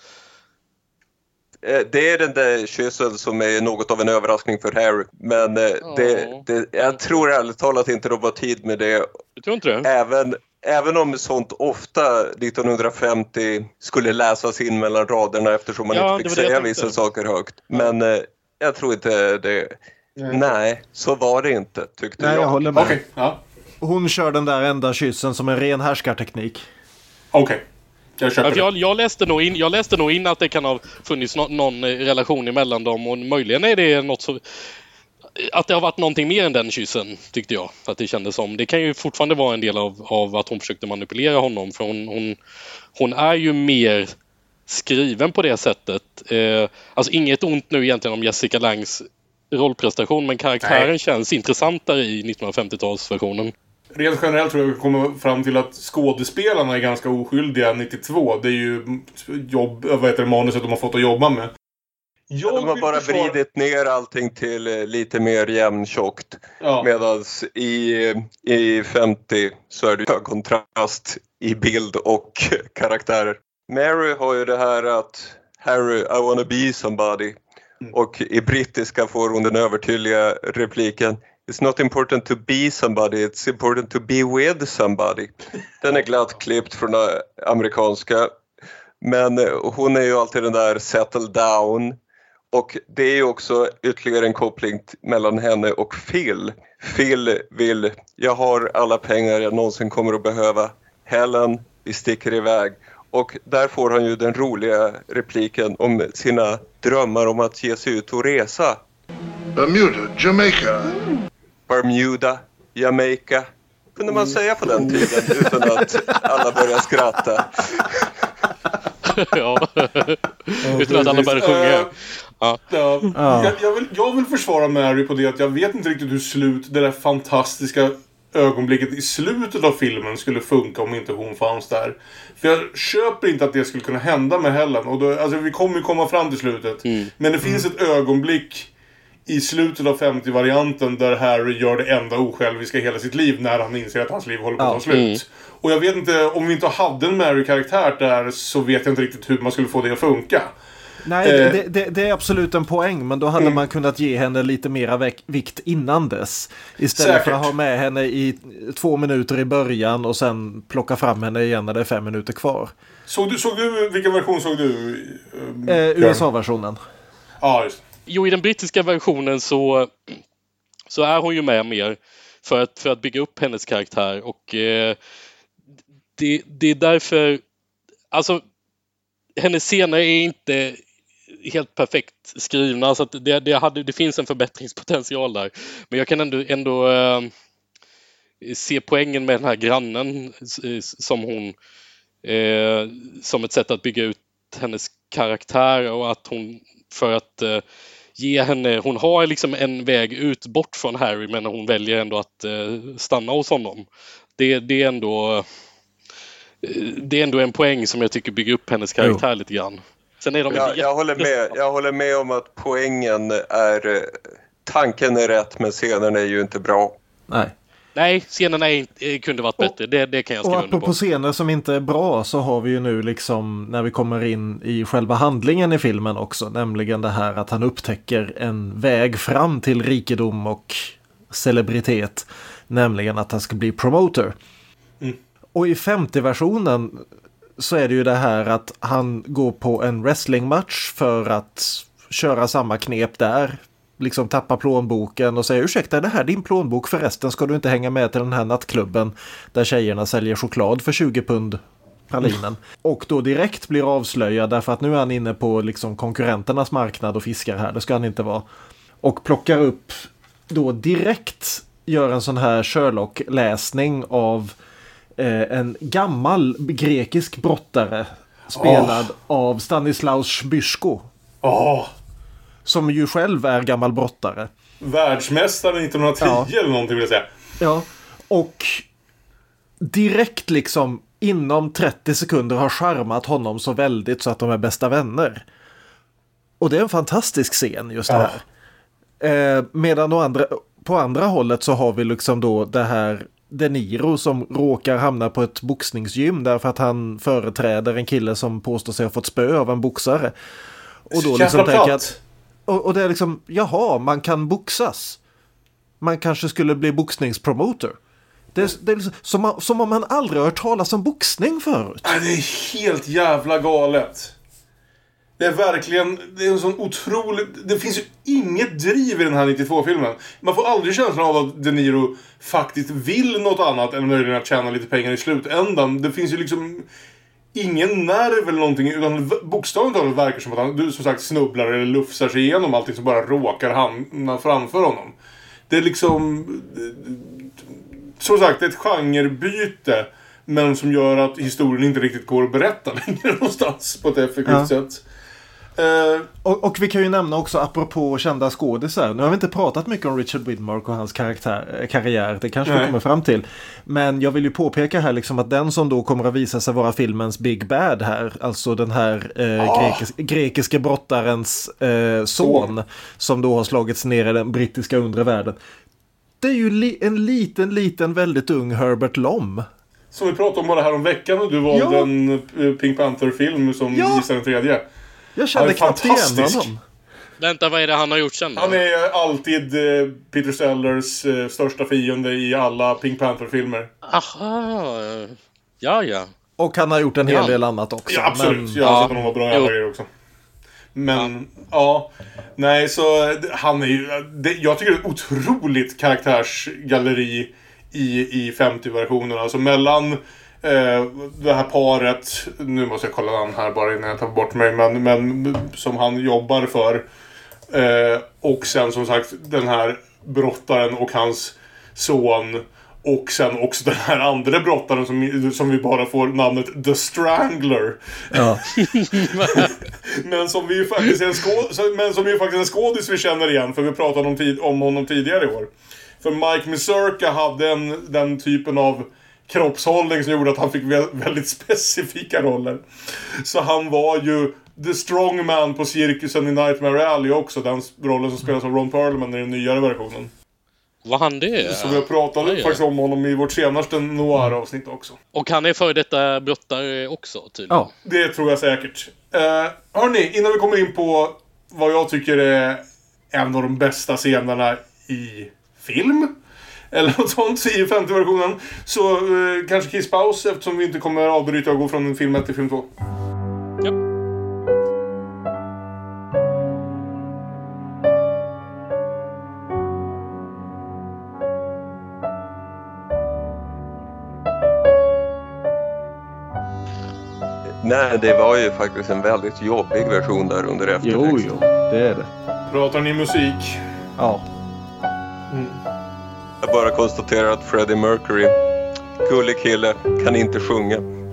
Det är den där kyssen som är något av en överraskning för Harry. Men jag tror ärligt talat inte de var tid med det. Du tror inte det? Även om sånt ofta 1950 skulle läsas in mellan raderna eftersom man inte fick säga vissa saker högt. Men jag tror inte det. Nej, så var det inte, tyckte jag. Nej, jag håller med. Okay, ja. Hon kör den där enda kyssen som en ren härskarteknik. Okej. Jag läste nog in att det kan ha funnits någon relation emellan dem, och möjligen är det något så att det har varit någonting mer än den kyssen, tyckte jag att det kändes som. Det kan ju fortfarande vara en del av att hon försökte manipulera honom, för hon är ju mer skriven på det sättet. Alltså inget ont nu egentligen om Jessica Langes rollprestation, men karaktären känns intressantare i 1950-talsversionen. Rent generellt tror jag vi kommer fram till att skådespelarna är ganska oskyldiga 92. Det är ju manuset de har fått att jobba med. De har bara vridit ner allting till lite mer jämntjockt. Ja. Medan i 50 så är det kontrast i bild och karaktärer. Mary har ju det här att Harry, I wanna be somebody. Och i brittiska får hon den övertydliga repliken: It's not important to be somebody, it's important to be with somebody. Den är glatt klippt från amerikanska. Men hon är ju alltid den där settle down. Och det är ju också ytterligare en koppling mellan henne och Phil. Phil vill, jag har alla pengar jag någonsin kommer att behöva. Helen, vi sticker iväg. Och där får han ju den roliga repliken om sina drömmar om att ge sig ut och resa. Bermuda, Jamaica. Kunde man säga på den tiden utan att alla börjar skratta. Ja, utan att alla börjar sjunga. Jag vill försvara Mary på det att jag vet inte riktigt hur slut det där fantastiska ögonblicket i slutet av filmen skulle funka om inte hon fanns där. För jag köper inte att det skulle kunna hända med Helen. Och då, alltså, vi kommer ju komma fram till slutet. Men det finns ett ögonblick i slutet av 50-varianten där Harry gör det enda osjälviska i hela sitt liv när han inser att hans liv håller på att ta slut. Och jag vet inte, om vi inte hade en Mary-karaktär där så vet jag inte riktigt hur man skulle få det att funka. Nej, det är absolut en poäng, men då hade man kunnat ge henne lite mera vikt innan dess. Istället för att ha med henne i 2 minuter i början och sen plocka fram henne igen när det är 5 minuter kvar. Såg du vilken version såg du? USA-versionen. Ja, just det. Jo, i den brittiska versionen så är hon ju med mer för att bygga upp hennes karaktär, och det är därför, alltså hennes scener är inte helt perfekt skrivna, så att det finns en förbättringspotential där, men jag kan ändå se poängen med den här grannen som hon som ett sätt att bygga ut hennes karaktär, och att hon för att ge henne, hon har liksom en väg ut bort från Harry, men hon väljer ändå att stanna hos honom. Det är ändå en poäng som jag tycker bygger upp hennes karaktär lite grann. Sen är de jag håller med om att poängen är... Tanken är rätt, men scenen är ju inte bra. Nej, scenerna kunde varit bättre. Det kan jag skriva under på. Och apropå scener som inte är bra så har vi ju nu liksom när vi kommer in i själva handlingen i filmen också. Nämligen det här att han upptäcker en väg fram till rikedom och celebritet. Nämligen att han ska bli promoter. Och i 50-versionen så är det ju det här att han går på en wrestlingmatch för att köra samma knep där. Liksom tappa plånboken och säga ursäkta, det här är din plånbok, förresten ska du inte hänga med till den här nattklubben där tjejerna säljer choklad för 20 pund pralinen. Och då direkt blir avslöjad därför att nu är han inne på liksom konkurrenternas marknad och fiskar här, det ska han inte vara. Och plockar upp då direkt, gör en sån här Sherlock-läsning av en gammal grekisk brottare spelad av Stanislaus Byszko. Som ju själv är gammal brottare. Världsmästare 1910 eller någonting vill jag säga. Ja, och direkt liksom inom 30 sekunder har charmat honom så väldigt så att de är bästa vänner. Och det är en fantastisk scen just det här. Medan på andra hållet så har vi liksom då det här De Niro som råkar hamna på ett boxningsgym därför att han företräder en kille som påstår sig ha fått spö av en boxare. Och då liksom tänker att och det är liksom, jaha, man kan boxas. Man kanske skulle bli boxningspromoter. Det är liksom, som om man aldrig har hört talas om boxning förut. Det är helt jävla galet. Det är verkligen, det är en sån otrolig... Det finns ju inget driv i den här 92-filmen. Man får aldrig känslan av att De Niro faktiskt vill något annat än möjligen att tjäna lite pengar i slutändan. Det finns ju liksom... ingen nerv eller någonting, utan bokstavligt talat verkar som att han, som sagt, snubblar eller lufsar sig igenom allting som bara råkar hamna framför honom. Det är liksom, som sagt, ett genrebyte, men som gör att historien inte riktigt går att berätta längre någonstans på ett effektivt sätt. Och vi kan ju nämna också, apropå kända skådisar, nu har vi inte pratat mycket om Richard Widmark och hans karriär, det kanske vi kommer fram till, men jag vill ju påpeka här liksom att den som då kommer att visa sig vara filmens Big Bad här, alltså den här grekiska brottarens son som då har slagits ner i den brittiska undre världen, det är ju en liten väldigt ung Herbert Lom. Som vi pratade om bara här om veckan och du valde en Pink Panther-film som visar den tredje. Jag kände knappt igen honom. Vänta, vad är det han har gjort sen då? Han är alltid Peter Sellers största fiende i alla Pink Panther-filmer. Aha, ja. Och han har gjort en hel del annat också. Ja, absolut. Jag har sett honom vara bra i alla grejer också. Men, nej, så han är ju... jag tycker det är ett otroligt karaktärsgalleri i 50-versionen. Alltså mellan... det här paret, nu måste jag kolla den här bara innan jag tar bort mig, men som han jobbar för, och sen som sagt den här brottaren och hans son, och sen också den här andra brottaren som vi bara får namnet The Strangler. men som ju faktiskt är en skådis vi känner igen, för vi pratade om honom tidigare i år. För Mike Mazurka hade den typen av kroppshållning som gjorde att han fick väldigt specifika roller. Så han var ju The Strongman på cirkusen i Nightmare Alley också. Den rollen som spelas av Ron Perlman i den nyare versionen. Var han det? Så vi pratade faktiskt om honom i vårt senaste noir-avsnitt också. Och han är för detta brottare också, tydligen. Ja, det tror jag säkert. Hörrni, innan vi kommer in på vad jag tycker är en av de bästa scenerna i film... eller något sånt i 50-versionen. Så kanske kisspaus, eftersom vi inte kommer avbryta och gå från film 1 till film 2. Ja. Nej, det var ju faktiskt en väldigt jobbig version där under eftertexten. Jo, det är det. Pratar ni musik? Ja. Jag bara konstaterar att Freddie Mercury, gullig kille, kan inte sjunga.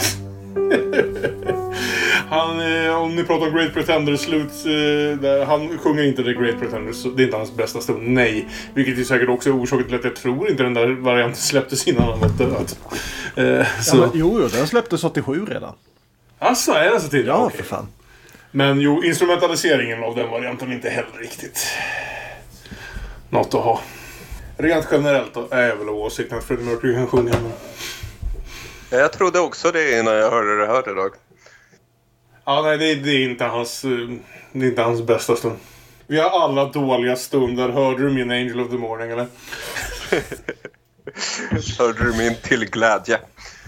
Han, om ni pratar om Great Pretender han sjunger inte The Great Pretender, så det är inte hans bästa stund, nej. Vilket är säkert också orsaken till att jag tror inte den där varianten släpptes innan han var död. Jo, den släpptes 87 redan. Asså, är den så tidigt? Ja, för fan. Men jo, instrumentaliseringen av den varianten är inte heller riktigt något att ha. Rent generellt då, är jag väl av åsikten att Freddie Mercury kan sjunga. Men... Jag trodde också det innan jag hörde det här idag. Ja, nej, det är inte hans bästa stund. Vi har alla dåliga stunder. Hörde du min Angel of the Morning, eller? Hörde du min Till glädje?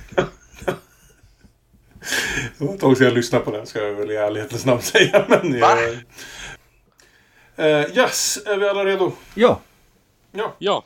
Det var ett tag sedan jag lyssnade på den, ska jag väl i ärlighetens namn säga. Men yes, är vi alla redo? Ja. Ja.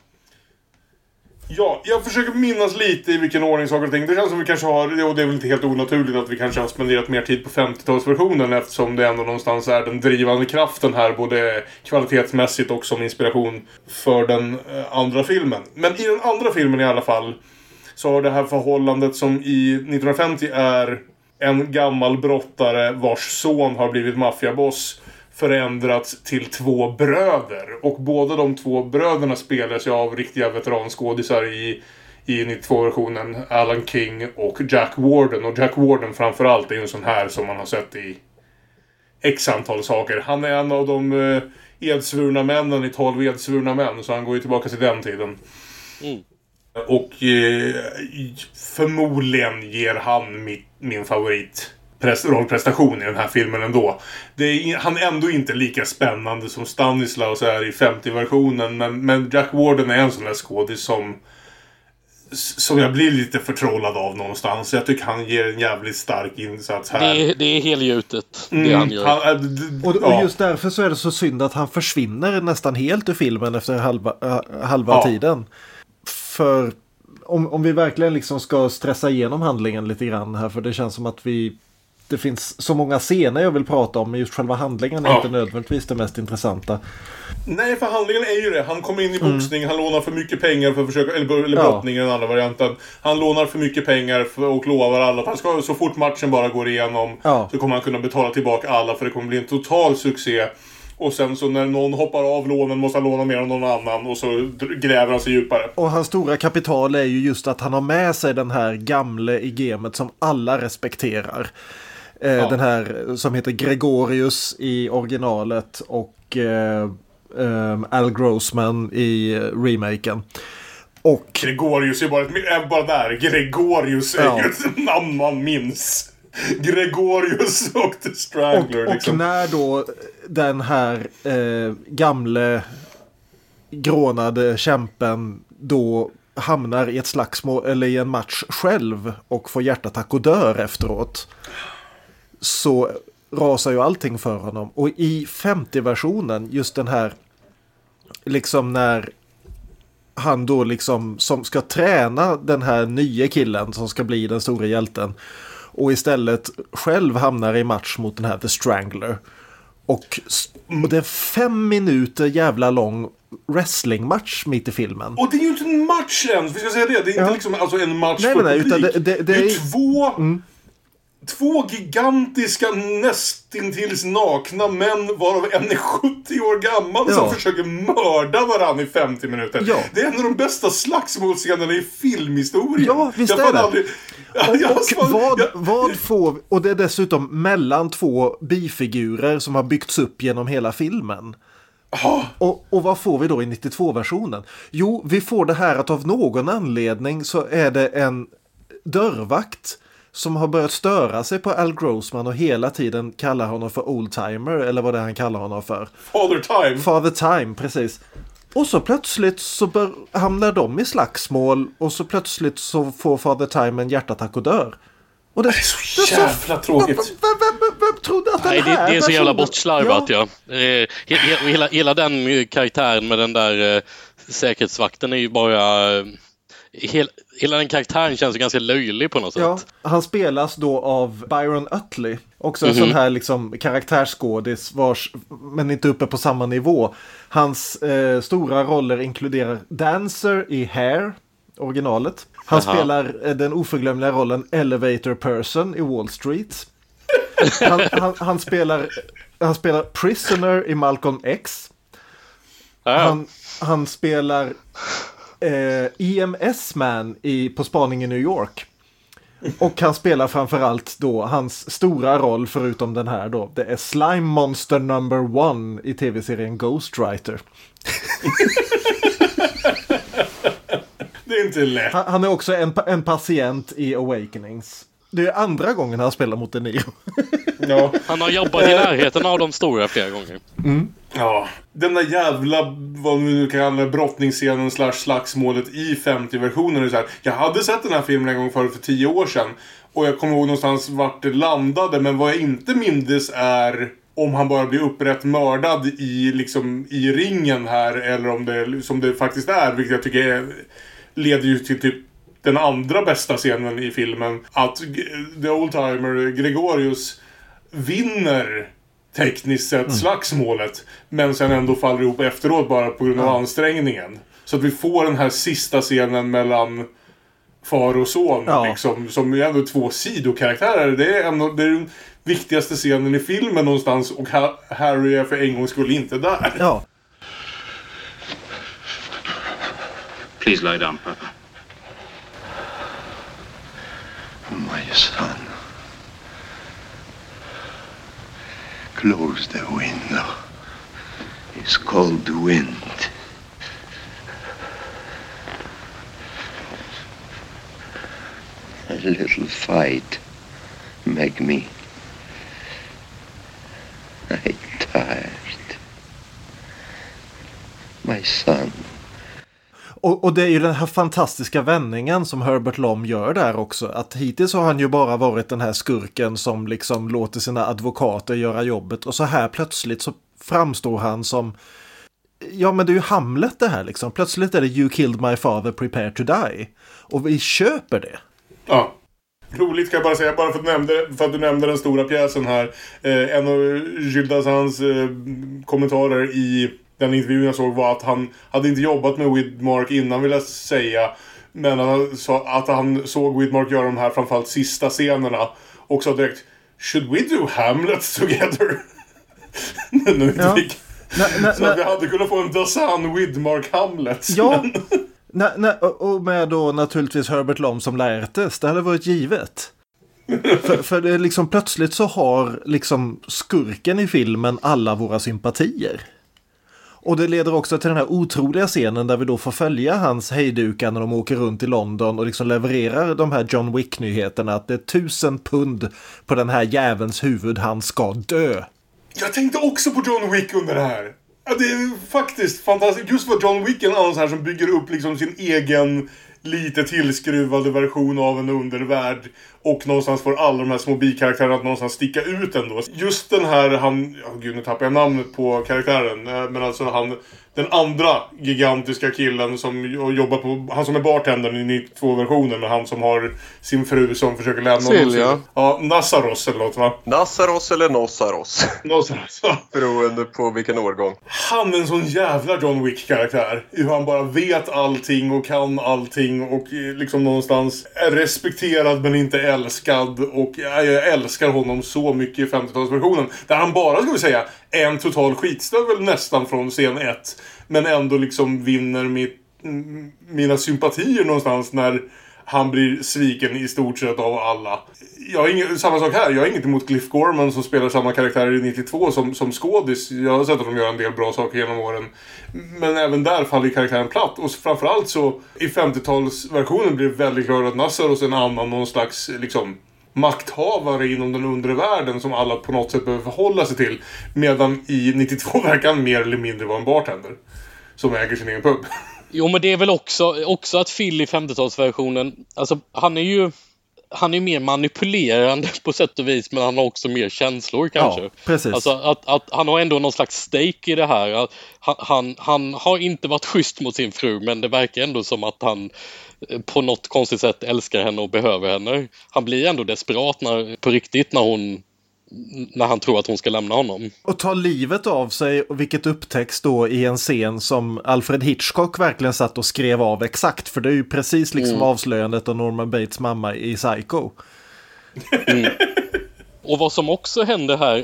Ja, jag försöker minnas lite i vilken ordning saker och ting. Det känns som vi kanske har, och det är väl inte helt onaturligt att vi kanske har spenderat mer tid på 50-talsversionen, eftersom det ändå någonstans är den drivande kraften här, både kvalitetsmässigt och som inspiration för den andra filmen. Men i den andra filmen i alla fall så har det här förhållandet som i 1950 är en gammal brottare vars son har blivit maffiaboss förändrats till 2 bröder. Och båda de 2 bröderna spelas av riktiga veteranskådisar i 92-versionen. Alan King och Jack Warden. Och Jack Warden framförallt är ju en sån här som man har sett i x antal saker. Han är en av de edsvurna männen i 12 edsvurna män. Så han går ju tillbaka till den tiden. Och förmodligen ger han min favorit rollprestation i den här filmen ändå. Han är ändå inte lika spännande som Stanislaus är i 50-versionen, men Jack Warden är en sån där skådis som jag blir lite förtrollad av någonstans. Jag tycker han ger en jävligt stark insats här. Det är helgjutet, det han gör. Och just därför så är det så synd att han försvinner nästan helt ur filmen efter halva tiden. För om vi verkligen liksom ska stressa igenom handlingen lite grann här, för det känns som att det finns så många scener jag vill prata om, men just själva handlingen är inte nödvändigtvis det mest intressanta. Nej, för handlingen är ju det. Han kommer in i boxning, han lånar för mycket pengar för att försöka, eller brottning i den andra varianten. Han lånar för mycket pengar och lovar alla att han ska, så fort matchen bara går igenom så kommer han kunna betala tillbaka alla, för det kommer bli en total succé. Och sen så när någon hoppar av lånen måste han låna mer än någon annan, och så gräver han sig djupare. Och hans stora kapital är ju just att han har med sig den här gamle i gamet som alla respekterar. Den här som heter Gregorius i originalet och Al Grossman i remaken. Och Gregorius är bara där. Gregorius är ju ett namn man minns. Gregorius och The Strangler. Och när då den här gamle grånade kämpen då hamnar i ett slagsmål eller i en match själv och får hjärtattack och dör efteråt, så rasar ju allting för honom. Och i 50-versionen, just den här liksom när han då liksom som ska träna den här nya killen som ska bli den stora hjälten, och istället själv hamnar i match mot den här The Strangler. Och det är 5 minuter jävla lång wrestlingmatch mitt i filmen. Och det är ju inte en match ens, vi ska säga det. Det är inte liksom alltså en match för publik. Utan det är två gigantiska nästintills nakna män, varav en är 70 år gammal, som försöker mörda varandra i 50 minuter. Ja. Det är en av de bästa slagsmålscenerna i filmhistorien. Ja, visst är det. Vad får... Och det är dessutom mellan 2 bifigurer som har byggts upp genom hela filmen. Och vad får vi då i 92-versionen? Jo, vi får det här att av någon anledning så är det en dörrvakt som har börjat störa sig på Al Grossman och hela tiden kallar honom för oldtimer, eller vad det är han kallar honom för. Father Time, precis. Och så plötsligt så hamnar de i slagsmål, och så plötsligt så får Father Time en hjärtattack och dör. Och det är så jävla tråkigt. Vem trodde att det är så jävla bortslarvat, hela den karaktären med den där säkerhetsvakten är ju bara... Hela den karaktären känns ganska löjlig på något sätt. Han spelas då av Byron Utley. Också en sån här liksom karaktärsskådis men inte uppe på samma nivå. Hans stora roller inkluderar Dancer i Hair, originalet. Han spelar den oförglömliga rollen Elevator Person i Wall Street. Han spelar Prisoner i Malcolm X. Han spelar EMS-man på spaning i New York. Och han spelar framförallt då hans stora roll förutom den här då. Det är Slime Monster No. 1 i tv-serien Ghost Writer. Det är inte lätt. Han är också en patient i Awakenings. Det är andra gången han spelar mot De Niro. Ja. Han har jobbat i närheten av de stora flera gånger. Ja, den där jävla, vad vi nu kallar brottningsscenen / slagsmålet i 50-versionen är så här. Jag hade sett den här filmen en gång för 10 år sedan. Och jag kommer ihåg någonstans vart det landade. Men vad jag inte mindes är om han bara blir upprätt mördad i ringen här. Eller om det som det faktiskt är. Vilket jag tycker leder ju till typ den andra bästa scenen i filmen. Att The Oldtimer Gregorius vinner tekniskt sett slagsmålet, men sen ändå faller ihop efteråt bara på grund av ansträngningen. Så att vi får den här sista scenen mellan far och son liksom, som är ändå 2 sidokaraktärer. Det är den viktigaste scenen i filmen någonstans, och Harry är för en gång skulle inte där. Ja. Please lie down, Papa. My son. Close the window. It's cold wind. A little fight make me. I'm tired. My son. Och det är ju den här fantastiska vändningen som Herbert Lom gör där också. Att hittills har han ju bara varit den här skurken som liksom låter sina advokater göra jobbet. Och så här plötsligt så framstår han som... Ja, men det är ju Hamlet det här liksom. Plötsligt är det You killed my father, prepare to die. Och vi köper det. Ja. Roligt kan jag bara säga, bara för att du nämnde den stora pjäsen här. En av Jules Dassans kommentarer i den intervjun jag såg var att han hade inte jobbat med Widmark innan, vill jag säga. Men att han såg Widmark göra de här framförallt sista scenerna. Och sa direkt, should we do Hamlet together? Så att vi hade kunnat få en Dassan Widmark Hamlet. Ja, och med då naturligtvis Herbert Lom som Laertes. Det hade varit givet. för det är liksom plötsligt så har liksom skurken i filmen alla våra sympatier. Och det leder också till den här otroliga scenen där vi då får följa hans hejdukar när de åker runt i London och liksom levererar de här John Wick-nyheterna att det är 1000 pund på den här jävens huvud, han ska dö. Jag tänkte också på John Wick under det här. Ja, det är faktiskt fantastiskt. Just för John Wick är en annan så här som bygger upp liksom sin egen lite tillskruvade version av en undervärld. Och någonstans får alla de här små bikaraktärerna att någonstans sticka ut ändå. Just den här, nu tappar jag namnet på karaktären. Men alltså den andra gigantiska killen som jobbar på, han som är bartendern i 92-versionen, med han som har sin fru som försöker lämna honom. Ja, Nassaros eller något, va? Nassaros eller Nossaros. Nassaros, ja. Beroende på vilken årgång. Han är en sån jävla John Wick-karaktär. Hur han bara vet allting och kan allting och liksom någonstans är respekterad men inte älskad. Och jag älskar honom så mycket i 50-talsversionen. Där han bara, ska vi säga, är en total skitstövel nästan från scen 1. Men ändå liksom vinner mina sympatier någonstans när han blir sviken i stort sett av alla. Samma sak här, jag har inget emot Cliff Gorman som spelar samma karaktär i 92 som skådis. Jag har sett att de gör en del bra saker genom åren. Men även där faller karaktären platt. Och framförallt så i 50-talsversionen blir det väldigt klart att Nassaros är en annan, någon slags liksom makthavare inom den undre världen som alla på något sätt behöver förhålla sig till. Medan i 92 verkar han mer eller mindre vara en bartender som äger sin egen pub. Jo, men det är väl också att Phil i 50-talsversionen, alltså han är mer manipulerande på sätt och vis, men han har också mer känslor kanske. Ja, precis. Alltså att han har ändå någon slags stake i det här. Han har inte varit schysst mot sin fru, men det verkar ändå som att han på något konstigt sätt älskar henne och behöver henne. Han blir ändå desperat på riktigt när han tror att hon ska lämna honom. Och ta livet av sig, vilket upptäcks då i en scen som Alfred Hitchcock verkligen satt och skrev av exakt. För det är ju precis liksom avslöjandet av Norman Bates mamma i Psycho. Mm. Och vad som också händer här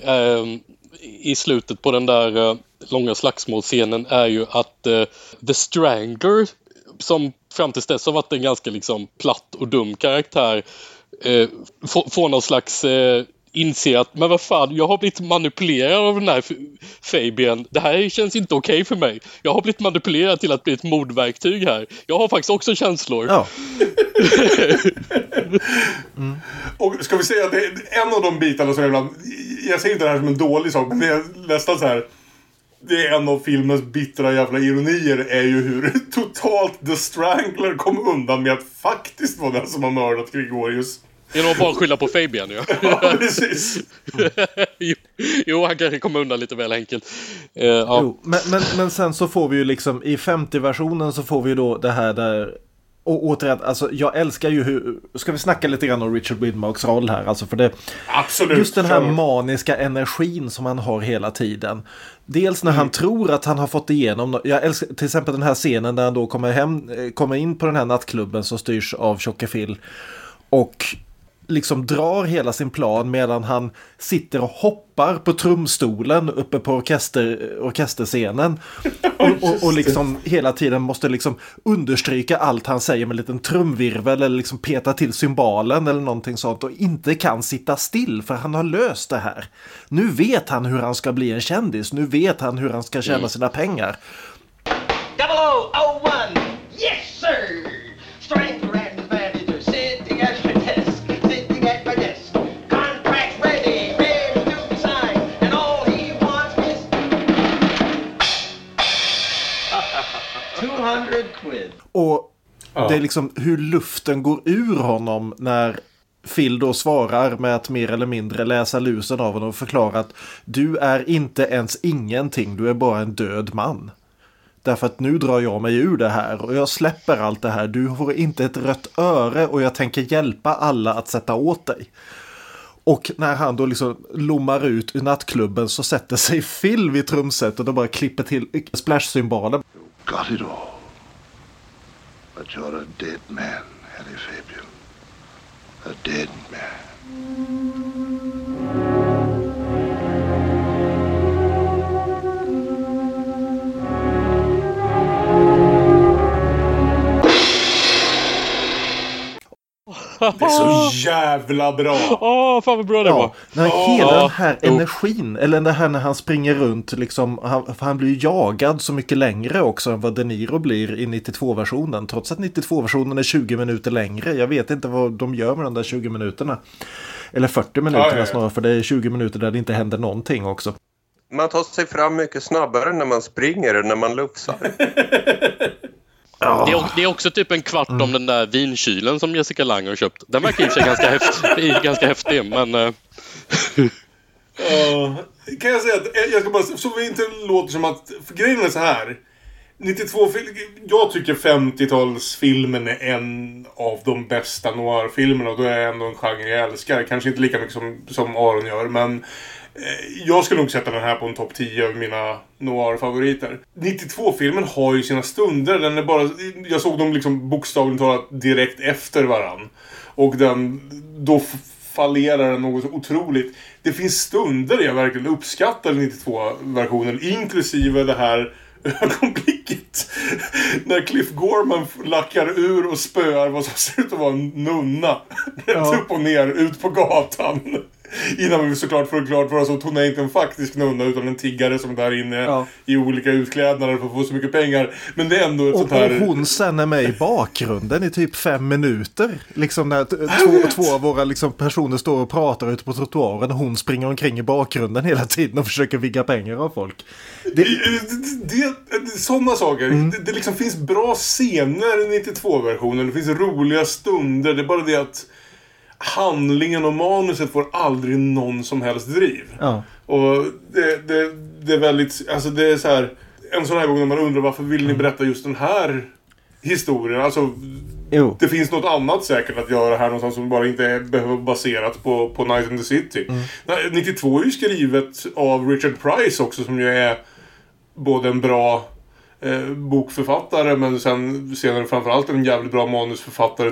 i slutet på den där långa slagsmålscenen är ju att The Strangler, som fram tills dess har varit en ganska liksom platt och dum karaktär, få någon slags inse att, men vad fan, jag har blivit manipulerad av den här Fabian. Det här känns inte okej för mig. Jag har blivit manipulerad till att bli ett mordverktyg här. Jag har faktiskt också känslor. Ja. Och ska vi säga att det är en av de bitarna som ibland, jag säger inte det här som en dålig sak, men det är nästan så här, det är en av filmens bittra jävla ironier, är ju hur totalt The Strangler kom undan med att faktiskt vara den som har mördat Gregorius. Genom att bara skylla på Fabian, ja. Ja, precis. Jo, han kanske kommer undan lite väl enkelt. Ja. Jo, men sen så får vi ju liksom, i 50-versionen så får vi ju då det här där, och återigen, alltså jag älskar ju hur, ska vi snacka lite grann om Richard Widmarks roll här, alltså för det, absolut, just den här maniska energin som han har hela tiden. Dels när han tror att han har fått igenom, jag älskar till exempel den här scenen där han då kommer in på den här nattklubben som styrs av Tjocke Phil och liksom drar hela sin plan medan han sitter och hoppar på trumstolen uppe på orkesterscenen och liksom hela tiden måste liksom understryka allt han säger med en liten trumvirvel eller liksom peta till cymbalen eller någonting sånt och inte kan sitta still för han har löst det här. Nu vet han hur han ska bli en kändis, nu vet han hur han ska tjäna sina pengar. 0001, yes sir! Strangler and his manager sitting at my desk, sitting at my desk. Contract ready, ready to be signed, and all he wants is 200 quid. Och det är liksom hur luften går ur honom när Phil då svarar med att mer eller mindre läsa lusen av honom och förklara att du är inte ens ingenting, du är bara en död man. Därför att nu drar jag mig ur det här och jag släpper allt det här. Du får inte ett rött öre och jag tänker hjälpa alla att sätta åt dig. Och när han då liksom lommar ut ur nattklubben så sätter sig Phil vid trumsetet och bara klipper till splash-symbolen. Got it all. But you're a dead man, Harry Fabian. A dead man. Det är så jävla bra. Fan vad bra det var. Hela den här energin, eller det här när han springer runt liksom, han blir jagad så mycket längre också än vad De Niro blir i 92-versionen, trots att 92-versionen är 20 minuter längre. Jag vet inte vad de gör med de där 20 minuterna. Eller 40 minuterna snarare, för det är 20 minuter där det inte händer någonting också. Man tar sig fram mycket snabbare när man springer än när man lufsar. Det är också typ en kvart om den där vinkylen som Jessica Lange har köpt. Den verkar i och för sig ganska häftig, men... Kan jag säga att jag ska bara, så vi inte låter som att, för grejen är så här, 92, jag tycker 50-talsfilmen är en av de bästa noir-filmerna och då är det ändå en genre jag älskar. Kanske inte lika mycket som Aron gör, men jag skulle nog sätta den här på en topp 10 av mina noir-favoriter. 92-filmen har ju sina stunder. Den är bara, jag såg dem liksom bokstavligt talat direkt efter varann. Och då fallerar den något så otroligt. Det finns stunder jag verkligen uppskattar 92-versionen, inklusive det här ögonblicket när Cliff Gorman lackar ur och spöar vad som ser ut att vara en nunna rätt upp och ner ut på gatan. Innan vi såklart får klart för oss att hon är inte en faktisk nunna utan en tiggare som är där inne i olika utklädnader för att få så mycket pengar. Men det är ändå ett sånt här... Och hon sen är med i bakgrunden i typ 5 minuter. Liksom när två av våra liksom personer står och pratar ute på trottoaren och hon springer omkring i bakgrunden hela tiden och försöker vigga pengar av folk. Sådana saker. Det liksom finns bra scener i 92-versionen. Det finns roliga stunder. Det är bara det att handlingen och manuset får aldrig någon som helst driv. Ja. Och det är väldigt, alltså det är så här, en sån här gång när man undrar varför vill ni berätta just den här historien? Alltså det finns något annat säkert att göra här någonstans som bara inte behöver baserat på Night in the City. 92 är ju skrivet av Richard Price också, som ju är både en bra bokförfattare men sen senare framförallt en jävligt bra manusförfattare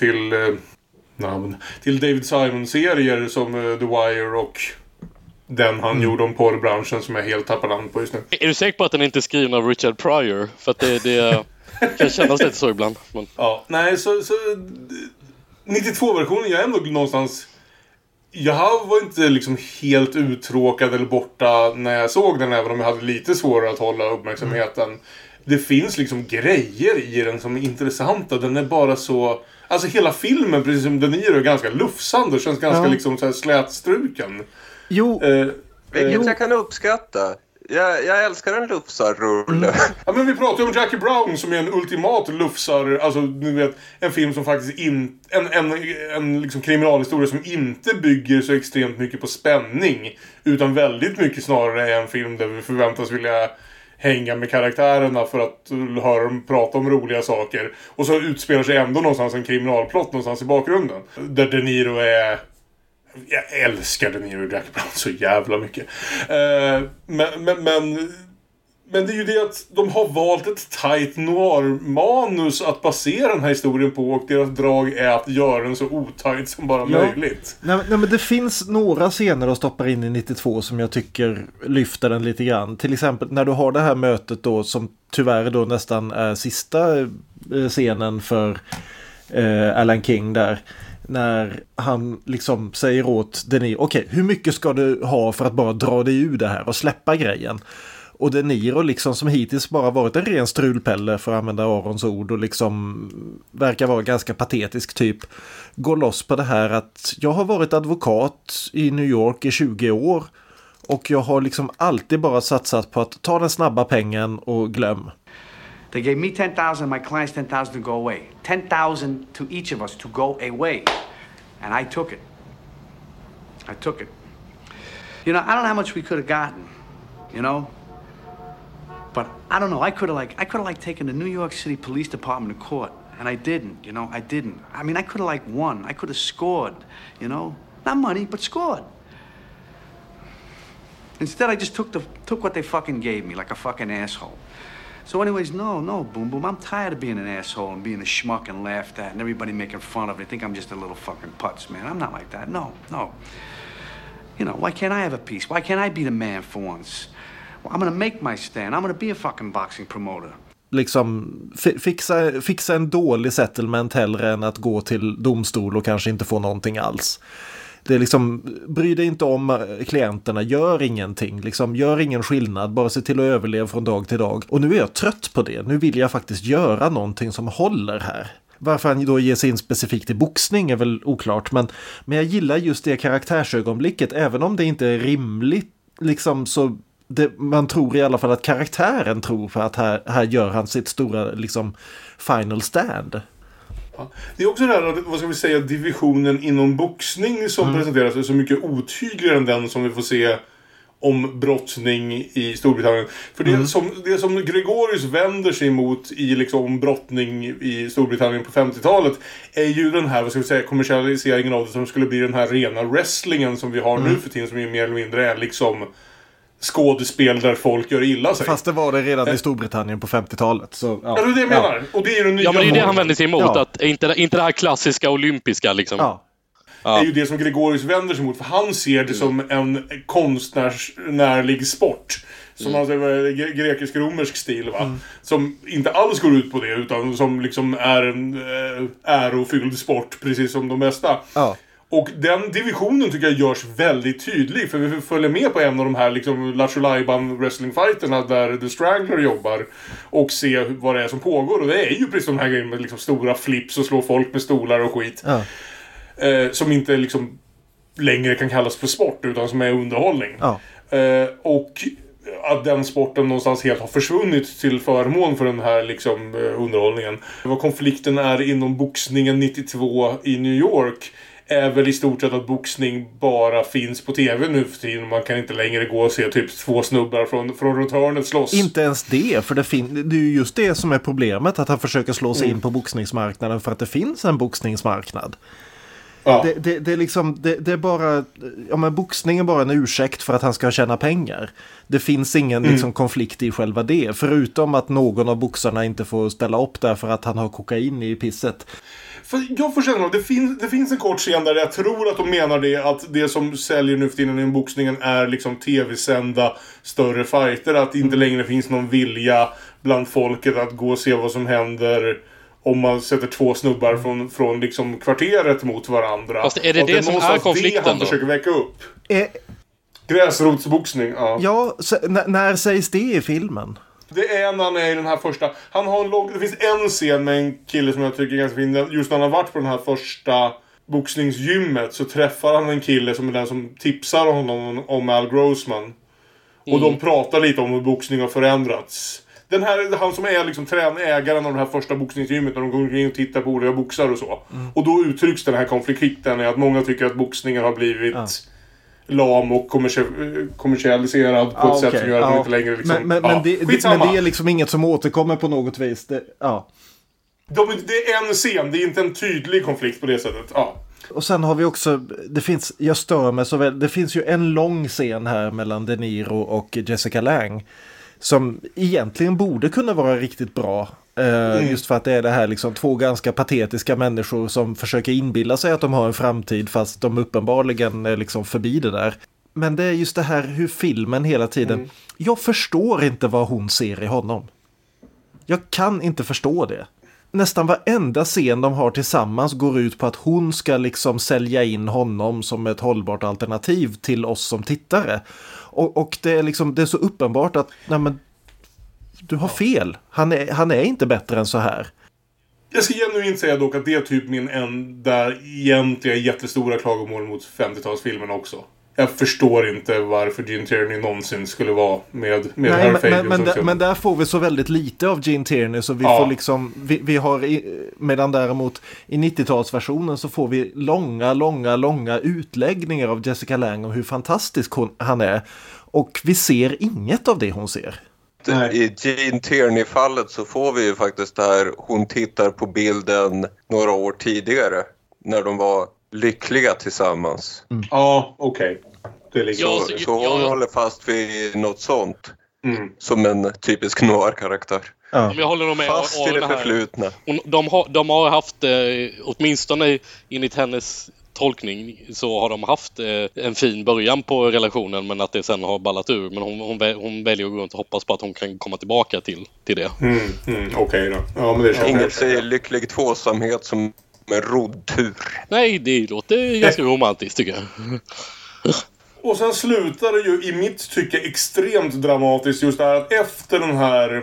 till David Simon-serier som The Wire och den han gjorde om porrbranschen som jag helt tappar namn på just nu. Är du säker på att den inte är skriven av Richard Pryor? För att det kan kännas lite så ibland. Men... Ja, nej, så 92-versionen, jag är ändå någonstans... Jag var inte liksom helt uttråkad eller borta när jag såg den, även om jag hade lite svårare att hålla uppmärksamheten. Det finns liksom grejer i den som är intressanta. Den är bara så... Alltså hela filmen, precis som De Niro, är ganska lufsande och känns ganska liksom så här slätstruken. Jo. Vilket jag kan uppskatta. Jag älskar en lufsarrulle. Ja, men vi pratar ju om Jackie Brown som är en ultimat lufsar. Alltså, du vet, en film som faktiskt en liksom kriminalhistoria som inte bygger så extremt mycket på spänning, utan väldigt mycket snarare är en film där vi förväntas vilja hänga med karaktärerna för att höra dem prata om roliga saker. Och så utspelar sig ändå någonstans en kriminalplott någonstans i bakgrunden. Där De Niro är... Jag älskar De Niro och Jackie Brown så jävla mycket. Men det är ju det att de har valt ett tight noir-manus att basera den här historien på, och deras drag är att göra den så otajt som bara möjligt. Nej, men det finns några scener att stoppa in i 92 som jag tycker lyfter den lite grann. Till exempel när du har det här mötet då, som tyvärr då nästan är sista scenen för Alan King där. När han liksom säger åt De Niro, okej, hur mycket ska du ha för att bara dra dig ur det här och släppa grejen? Och De Niro liksom, som hittills bara varit en ren strulpelle, för att använda Arons ord, och liksom verkar vara ganska patetisk typ, går loss på det här att jag har varit advokat i New York i 20 år och jag har liksom alltid bara satsat på att ta den snabba pengen och glöm. They gave me 10,000, my clients 10,000 to go away. 10,000 to each of us to go away. And I took it. You know, I don't know how much we could have gotten, you know? But I don't know, I could have taken the New York City Police Department to court. And I didn't, you know, I didn't. I mean, I could have won. I could have scored, you know? Not money, but scored. Instead, I just took what they fucking gave me like a fucking asshole. So anyways, no, Boom Boom. I'm tired of being an asshole and being a schmuck and laughed at and everybody making fun of it. They think I'm just a little fucking putz, man. I'm not like that. No. You know, why can't I have a piece? Why can't I be the man for once? Well, I'm gonna make my stand. I'm gonna be a fucking boxing promoter. Liksom fixa en dålig settlement hellre än att gå till domstol och kanske inte få någonting alls. Det är liksom, bry dig inte om klienterna, gör ingenting, liksom, gör ingen skillnad, bara se till att överleva från dag till dag. Och nu är jag trött på det, nu vill jag faktiskt göra någonting som håller här. Varför han då ger sig in specifikt i boxning är väl oklart, men jag gillar just det karaktärsögonblicket, även om det inte är rimligt, liksom, så man tror i alla fall att karaktären tror för att här gör han sitt stora liksom final stand. Det är också det här, vad ska vi säga, divisionen inom boxning som presenteras är så mycket otydligare än den som vi får se om brottning i Storbritannien. För det som Gregorius vänder sig emot i liksom brottning i Storbritannien på 50-talet är ju den här, vad ska vi säga, kommersialiseringen av det som skulle bli den här rena wrestlingen som vi har nu för tiden, som är mer eller mindre är liksom skådespel där folk gör illa sig. Fast det var det redan i Storbritannien på 50-talet. Så, ja, det är det jag menar. Och det är det nya. Ja, men det är det han vänder sig emot. Att inte det här klassiska olympiska liksom. Ja. Det är ju det som Gregorius vänder sig emot. För han ser det som en konstnärsnärlig sport. Som han säger, grekisk-romersk stil, va? Som inte alls går ut på det, utan som liksom är en ärofylld sport, precis som de mesta. Ja. Och den divisionen tycker jag görs väldigt tydlig. För vi följer med på en av de här liksom Lattjo Lajban wrestlingfighterna där The Strangler jobbar. Och ser vad det är som pågår. Och det är ju precis de här grejerna med liksom stora flips och slå folk med stolar och skit. Ja. Som inte liksom längre kan kallas för sport, utan som är underhållning. Ja. Och att den sporten någonstans helt har försvunnit till förmån för den här liksom underhållningen. Vad konflikten är inom boxningen 92 i New York är väl i stort sett att boxning bara finns på tv nu för tiden. Man kan inte längre gå och se typ två snubbar från runt hörnet slåss. Inte ens det, för det är ju just det som är problemet, att han försöker slå sig in på boxningsmarknaden för att det finns en boxningsmarknad. Ja. Det är liksom, det är bara, ja, men boxning är bara en ursäkt för att han ska tjäna pengar. Det finns ingen liksom konflikt i själva det, förutom att någon av boxarna inte får ställa upp därför att han har kokain i pisset. För jag får känna att det finns en kort scen där jag tror att de menar det, att det som säljer nu för tiden i boxningen är liksom tv-sända större fighter, att det inte längre finns någon vilja bland folket att gå och se vad som händer om man sätter två snubbar från liksom kvarteret mot varandra. Fast är det som är konflikten det han då? försöker väcka upp. Gräsrotsboxning, ja. Ja, när sägs det i filmen? Det är när han är i den här första... Han har det finns en scen med en kille som jag tycker är ganska fin. Just när han har varit på den här första boxningsgymmet så träffar han en kille som är den som tipsar honom om Al Grossman. Och de pratar lite om hur boxning har förändrats. Han som är liksom ägaren av det här första boxningsgymmet när de går in och tittar på olika boxar och så. Och då uttrycks den här konflikten i att många tycker att boxningen har blivit lam och kommersialiserad på ett sätt som gör att man inte längre liksom... Men det är liksom inget som återkommer på något vis. Det är en scen, det är inte en tydlig konflikt på det sättet. Ja. Och sen har vi också, jag stör mig så väl, det finns ju en lång scen här mellan De Niro och Jessica Lange som egentligen borde kunna vara riktigt bra. Just för att det är det här liksom två ganska patetiska människor som försöker inbilla sig att de har en framtid fast de uppenbarligen är liksom förbi det där. Men det är just det här hur filmen hela tiden, jag förstår inte vad hon ser i honom. Jag kan inte förstå det. Nästan varenda scen de har tillsammans går ut på att hon ska liksom sälja in honom som ett hållbart alternativ till oss som tittare. Och det är liksom, det är så uppenbart att nej men, du har fel. Han är inte bättre än så här. Jag ska genuint säga dock att det är typ min enda egentliga jättestora klagomål mot 50-talsfilmen också. Jag förstår inte varför Gene Tierney någonsin skulle vara med Harry Fabian. Men där får vi så väldigt lite av Gene Tierney så vi får liksom, vi har medan däremot i 90-talsversionen så får vi långa utläggningar av Jessica Lange om hur fantastisk han är. Och vi ser inget av det hon ser. I Gene Tierney-fallet så får vi ju faktiskt det här, hon tittar på bilden några år tidigare när de var lyckliga tillsammans. Ja, okej. Så hon håller fast vid något sånt. Som en typisk noir-karaktär. Ja. Jag håller nog med. Fast i det förflutna. De har haft, åtminstone enligt hennes tolkning, så har de haft en fin början på relationen men att det sen har ballat ur. Men hon väljer att gå runt och hoppas på att hon kan komma tillbaka till det. Okej då. Ja, men det inget säger lycklig tvåsamhet som en roddtur. Nej, det låter ganska romantiskt tycker jag. Och sen slutar det ju i mitt tycke extremt dramatiskt just där att efter den här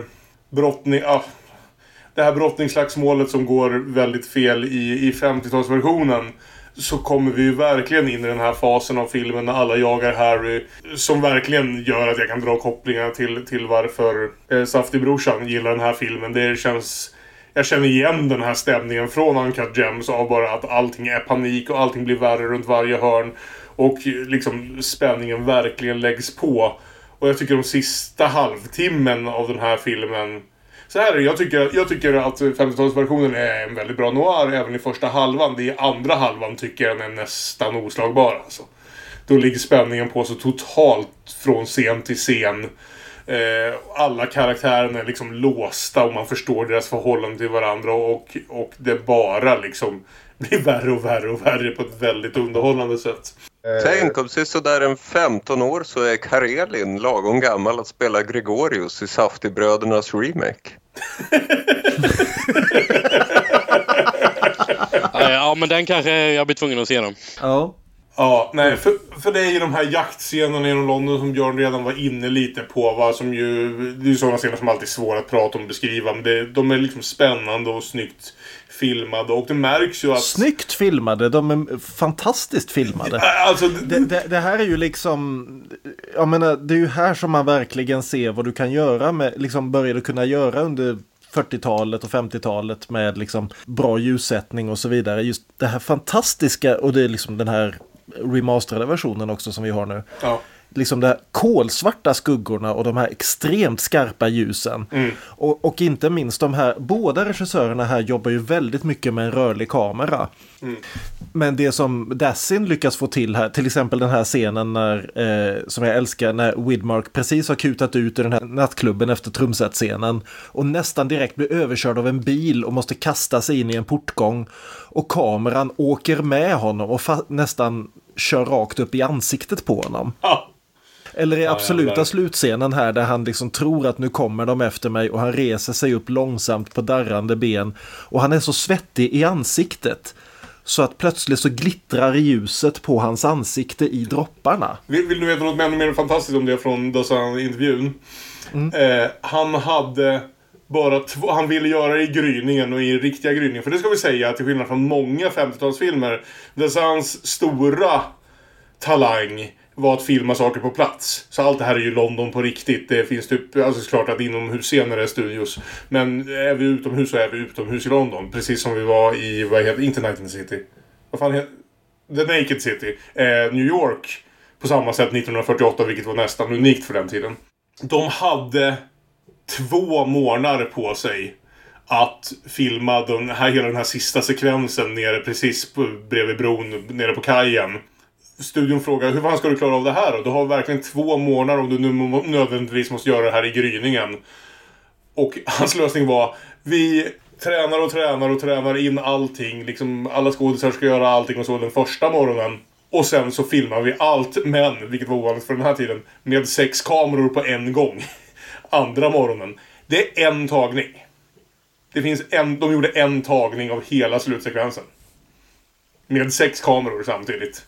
det här brottningsslagsmålet som går väldigt fel i 50-talsversionen så kommer vi ju verkligen in i den här fasen av filmen när alla jagar Harry som verkligen gör att jag kan dra kopplingar till varför Safdie-brorsan gillar den här filmen. Jag känner igen den här stämningen från Uncut Gems av bara att allting är panik och allting blir värre runt varje hörn. Och liksom spänningen verkligen läggs på. Och jag tycker de sista halvtimmen av den här filmen... Så här är det, jag tycker att 50-talsversionen är en väldigt bra noir även i första halvan. Det är andra halvan tycker jag är nästan oslagbar. Alltså. Då ligger spänningen på så totalt från scen till scen. Alla karaktärerna är liksom låsta och man förstår deras förhållande till varandra och det bara liksom blir värre och värre och värre på ett väldigt underhållande sätt. Tänk om så där en 15 år så är Karelin lagom gammal att spela Gregorius i Safdie-brödernas remake. Ja, men den kanske jag blir tvungen att se dem. Ja. Ja, nej, för det är ju de här jaktscenerna i London som Björn redan var inne lite på. Va? Som ju, det är ju sådana scener som alltid är svåra att prata om och beskriva. Men de är liksom spännande och snyggt filmade. Och det märks ju att... Snyggt filmade, de är fantastiskt filmade. Alltså, det här är ju liksom... Jag menar, det är ju här som man verkligen ser vad du kan göra med... Liksom började kunna göra under 40-talet och 50-talet med liksom bra ljussättning och så vidare. Just det här fantastiska, och det är liksom den här remasterade versionen också som vi har nu. Ja. Liksom de här kolsvarta skuggorna och de här extremt skarpa ljusen. Och inte minst de här, båda regissörerna här jobbar ju väldigt mycket med en rörlig kamera. Men det som Dassin lyckas få till här, till exempel den här scenen när, som jag älskar, när Widmark precis har kutat ut ur den här nattklubben efter trumset-scenen och nästan direkt blir överkörd av en bil och måste kasta sig in i en portgång och kameran åker med honom och nästan kör rakt upp i ansiktet på honom. Ja. Eller i absoluta slutscenen här där han liksom tror att nu kommer de efter mig och han reser sig upp långsamt på darrande ben och han är så svettig i ansiktet så att plötsligt så glittrar ljuset på hans ansikte i dropparna. Vill du veta något ännu mer fantastiskt om det från Dazan-intervjun? Han hade bara han ville göra det i gryningen och i riktiga gryningen. För det ska vi säga att till skillnad från många 50-talsfilmer, Dazans stora talang var att filma saker på plats. Så allt det här är ju London på riktigt. Det finns typ, alltså såklart att inomhusscener är studios. Men är vi utomhus så är vi utomhus i London. Precis som vi var i, vad heter inte Night in the City. Vad fan heter The Naked City. New York på samma sätt 1948, vilket var nästan unikt för den tiden. De hade 2 månader på sig att filma hela den här sista sekvensen nere precis bredvid bron, nere på kajen. Studion frågar, hur fan ska du klara av det här då? Du har verkligen 2 månader om du nu nödvändigtvis måste göra det här i gryningen. Och hans lösning var, vi tränar in allting. Liksom, alla skådespelare ska göra allting och så den första morgonen. Och sen så filmar vi allt, men, vilket var ovanligt för den här tiden, med 6 kameror på en gång. Andra morgonen. Det är en tagning. De gjorde en tagning av hela slutsekvensen. Med 6 kameror samtidigt.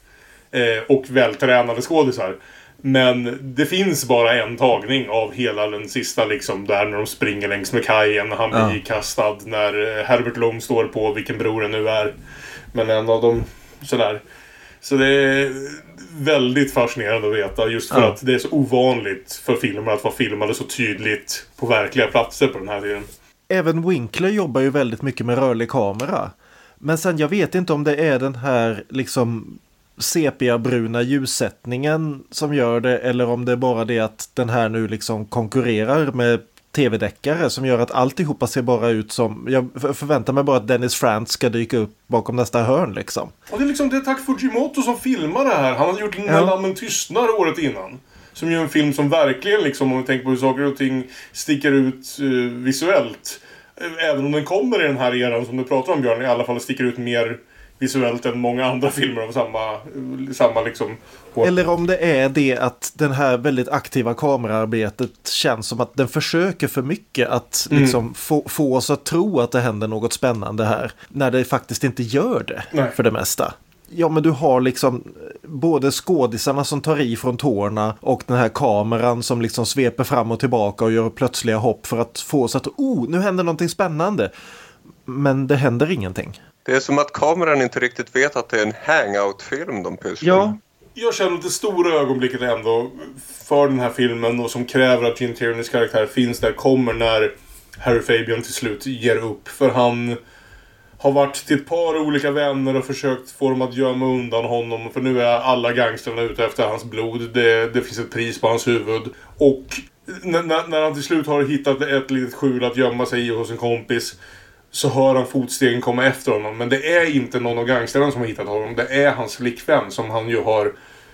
Och vältränade skådisar. Men det finns bara en tagning av hela den sista liksom, där när de springer längs med kajen. Han blir kastad när Herbert Lom står på vilken bror det nu är. Men en av dem sådär. Så det är väldigt fascinerande att veta. Just för att det är så ovanligt för filmer att vara filmade så tydligt på verkliga platser på den här tiden. Även Winkler jobbar ju väldigt mycket med rörlig kamera. Men sen jag vet inte om det är den här liksom sepia-bruna ljussättningen som gör det, eller om det är bara det att den här nu liksom konkurrerar med tv-deckare som gör att alltihopa ser bara ut som, jag förväntar mig bara att Dennis Franz ska dyka upp bakom nästa hörn liksom. Och det är liksom, det är Tack Fujimoto som filmar det här. Han hade gjort När lammen tystnar året innan. Som gör en film som verkligen liksom, om vi tänker på hur saker och ting sticker ut visuellt. Även om den kommer i den här eran som du pratar om, Björn, i alla fall sticker ut mer visuellt än många andra filmer av samma liksom. Eller om det är det att den här väldigt aktiva kameraarbetet känns som att den försöker för mycket att liksom få oss att tro att det händer något spännande här när det faktiskt inte gör det för det mesta. Ja, men du har liksom både skådisarna som tar i från tårna och den här kameran som liksom sveper fram och tillbaka och gör plötsliga hopp för att få oss att nu händer någonting spännande. Men det händer ingenting. Det är som att kameran inte riktigt vet att det är en hangout-film de pysslar. Ja. Jag känner att det stora ögonblicket ändå för den här filmen och som kräver att Gene Tierneys karaktär finns där kommer när Harry Fabian till slut ger upp. För han har varit till ett par olika vänner och försökt få dem att gömma undan honom. För nu är alla gangsterna ute efter hans blod. Det finns ett pris på hans huvud. Och när han till slut har hittat ett litet skjul att gömma sig i hos en kompis, så hör han fotstegen komma efter honom. Men det är inte någon av gangsterna som har hittat honom. Det är hans flickvän som han ju har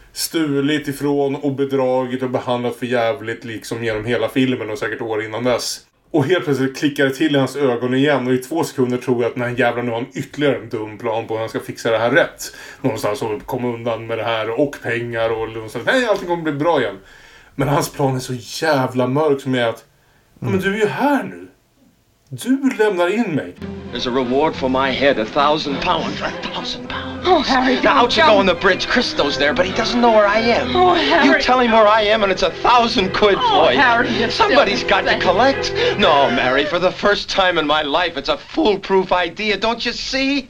stulit ifrån och bedragit och behandlat för jävligt liksom genom hela filmen och säkert år innan dess. Och helt plötsligt klickar det till i hans ögon igen och i 2 sekunder tror jag att den här jävla nu har en ytterligare en dum plan på hur han ska fixa det här rätt. Någonstans och komma undan med det här och pengar och någonstans. Nej, allting kommer bli bra igen. Men hans plan är så jävla mörk som är att men du är ju här nu. Du lämnar in mig. There's a reward for my head, £1,000. £1,000. Oh, Harry, now out you go on the bridge. Christo's there, but he doesn't know where I am. Oh, Harry. You tell him where I am and it's £1,000 for you. Harry, somebody's got to collect. No, Mary, for the first time in my life, it's a foolproof idea. Don't you see?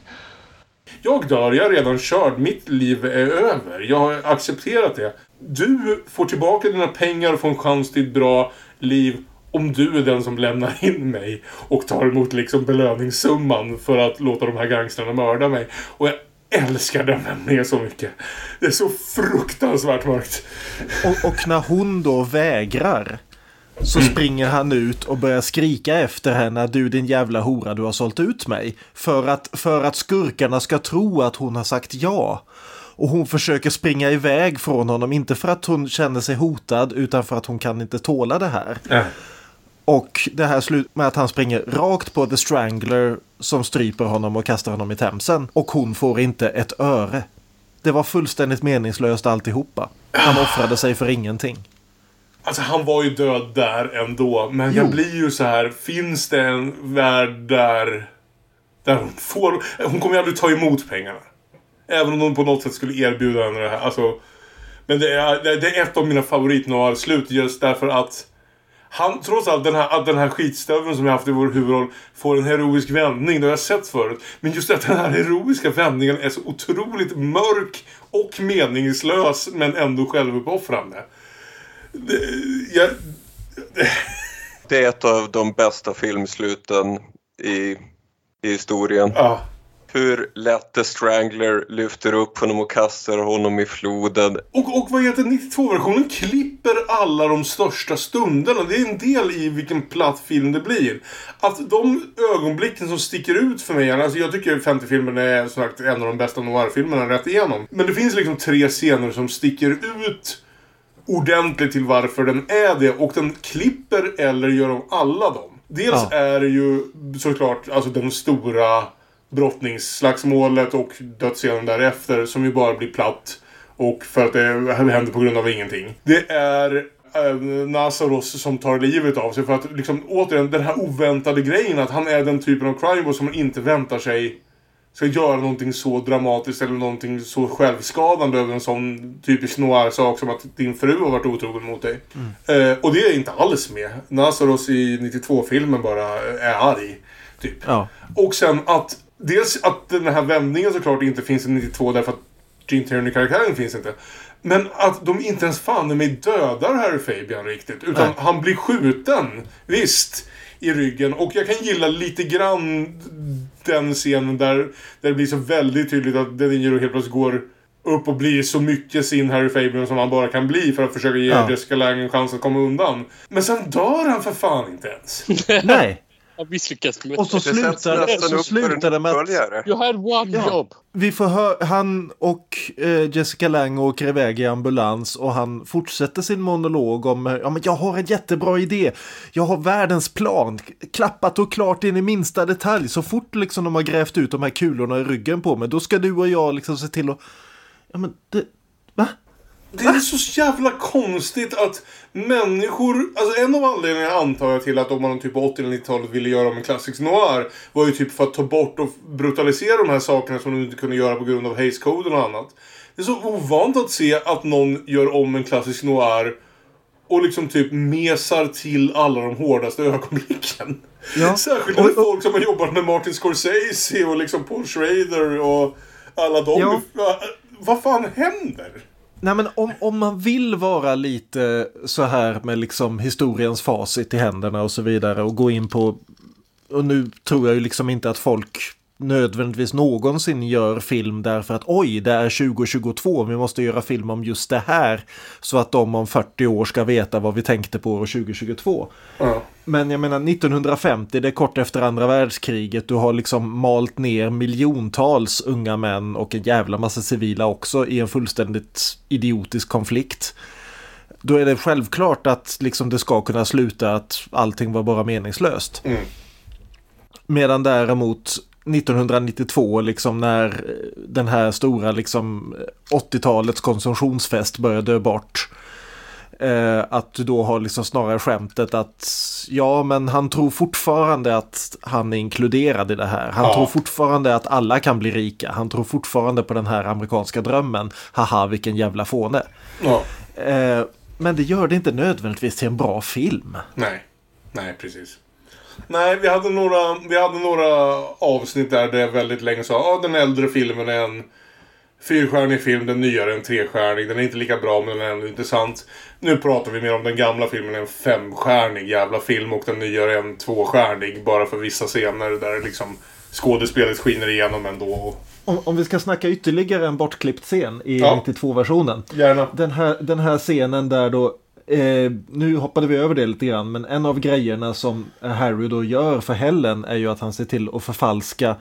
Jag dör, jag är redan körd. Mitt liv är över. Jag har accepterat det. Du får tillbaka dina pengar och får en chans till ett bra liv om du är den som lämnar in mig och tar emot liksom belöningssumman för att låta de här gangsterna mörda mig. Och jag älskar den med så mycket. Det är så fruktansvärt mörkt. Och när hon då vägrar så springer han ut och börjar skrika efter henne: du din jävla hora, du har sålt ut mig. För att skurkarna ska tro att hon har sagt ja. Och hon försöker springa iväg från honom, inte för att hon känner sig hotad utan för att hon kan inte tåla det här. Och det här slutar med att han springer rakt på The Strangler som stryper honom och kastar honom i Themsen. Och hon får inte ett öre. Det var fullständigt meningslöst alltihopa. Han offrade sig för ingenting. Alltså han var ju död där ändå. Men jag blir ju så här, finns det en värld där hon kommer ju aldrig ta emot pengarna. Även om de på något sätt skulle erbjuda henne det här. Alltså, men det är ett av mina favorit-noir-slut just därför att han, trots allt den här skitstöveln som jag haft i vår huvudroll får en heroisk vändning, det har jag sett förut. Men just att den här heroiska vändningen är så otroligt mörk och meningslös men ändå självuppoffrande. Det är ett av de bästa filmsluten i historien. Ja. Hur lätt The Strangler lyfter upp honom och kastar honom i floden. Och vad heter 92-versionen klipper alla de största stunderna. Det är en del i vilken platt film det blir. Att de ögonblicken som sticker ut för mig, alltså jag tycker 50-filmen är som sagt en av de bästa noir-filmerna rätt igenom. Men det finns liksom 3 scener som sticker ut ordentligt till varför den är det. Och den klipper eller gör om alla dem. Dels är det ju såklart alltså den stora brottningsslagsmålet och dödsscenen därefter som ju bara blir platt och för att det händer på grund av ingenting. Det är Nazaros som tar livet av sig för att liksom återigen den här oväntade grejen att han är den typen av crime boss som man inte väntar sig ska göra någonting så dramatiskt eller någonting så självskadande över en sån typisk noir-sak som att din fru har varit otrogen mot dig. Och det är inte alls med. Nazaros i 92-filmen bara är arg. Typ. Ja. Och sen att dels att den här vändningen såklart inte finns i 92 därför att Gene Tierney-karaktären finns inte. Men att de inte ens fan med dödar Harry Fabian riktigt. Utan han blir skjuten, visst, i ryggen. Och jag kan gilla lite grann den scenen där det blir så väldigt tydligt att De Niro helt plötsligt går upp och blir så mycket sin Harry Fabian som han bara kan bli för att försöka ge Jessica Lange en chans att komma undan. Men sen dör han för fan inte ens. Nej. Och så slutar det med att you had one job. Vi får höra, han och Jessica Lange åker iväg i ambulans och han fortsätter sin monolog om men jag har en jättebra idé. Jag har världens plan, klappat och klart in i minsta detalj. Så fort liksom de har grävt ut de här kulorna i ryggen på mig, då ska du och jag liksom se till att va? Det är så jävla konstigt att människor... Alltså en av anledningarna antar jag till att om man typ på 80- eller 90-talet ville göra om en klassisk noir var ju typ för att ta bort och brutalisera de här sakerna som de inte kunde göra på grund av Hays-koden och annat. Det är så ovant att se att någon gör om en klassisk noir och liksom typ mesar till alla de hårdaste ögonblicken. Ja. Särskilt med folk som har jobbat med Martin Scorsese och liksom Paul Schrader och alla de... Ja. Vad fan händer? Nej, men om man vill vara lite så här med liksom historiens facit i händerna och så vidare och gå in på, och nu tror jag ju liksom inte att folk nödvändigtvis någonsin gör film därför att oj, det är 2022, vi måste göra film om just det här så att de om 40 år ska veta vad vi tänkte på år 2022. Men jag menar 1950, det är kort efter andra världskriget, du har liksom malt ner miljontals unga män och en jävla massa civila också i en fullständigt idiotisk konflikt. Då är det självklart att liksom det ska kunna sluta att allting var bara meningslöst. Medan däremot 1992 liksom när den här stora liksom 80-talets konsumtionsfest började dö bort, att du då har liksom snarare skämtet att ja, men han tror fortfarande att han är inkluderad i det här. Han tror fortfarande att alla kan bli rika. Han tror fortfarande på den här amerikanska drömmen. Haha, vilken jävla fåne. Men det gör det inte nödvändigtvis till en bra film. Nej, precis. Nej, vi hade några avsnitt där det väldigt länge sa den äldre filmen är en 4-stjärnig film, den nyare en 3-stjärnig. Den är inte lika bra, men den är ändå intressant. Nu pratar vi mer om den gamla filmen är en 5-stjärnig jävla film och den nyare är en 2-stjärnig bara för vissa scener där liksom skådespelet skiner igenom ändå. Om vi ska snacka ytterligare en bortklippt scen i 92-versionen. Gärna. Den här scenen där då nu hoppade vi över det lite grann, men en av grejerna som Harry då gör för Helen är ju att han ser till att förfalska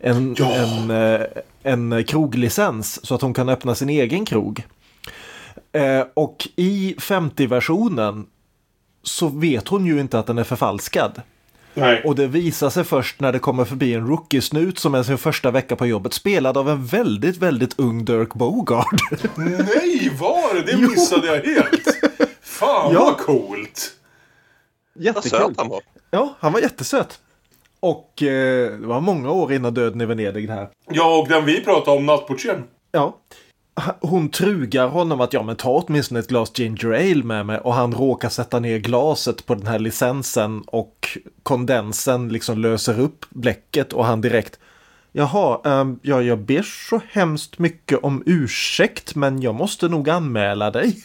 en kroglicens så att hon kan öppna sin egen krog. Och i 50-versionen så vet hon ju inte att den är förfalskad. Nej. Och det visar sig först när det kommer förbi en rookie-snut som är sin första vecka på jobbet, spelad av en väldigt, väldigt ung Dirk Bogarde. Nej, var det? Det missade jag helt. Fan vad coolt! Jättekul. Ja, han var jättesöt. Och det var många år innan Döden i Venedig det här. Ja, och den vi pratade om, Nattportieren. Ja. Hon trugar honom att men ta åtminstone ett glas ginger ale med mig, och han råkar sätta ner glaset på den här licensen och kondensen liksom löser upp bläcket och han direkt jag ber så hemskt mycket om ursäkt, men jag måste nog anmäla dig.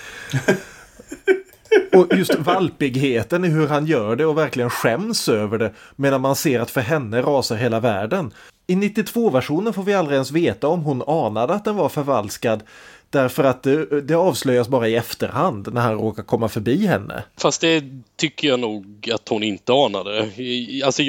Och just valpigheten i hur han gör det och verkligen skäms över det, medan man ser att för henne rasar hela världen. I 92-versionen får vi aldrig ens veta om hon anade att den var förvalskad, därför att det avslöjas bara i efterhand när han råkar komma förbi henne. Fast det tycker jag nog att hon inte anade. Alltså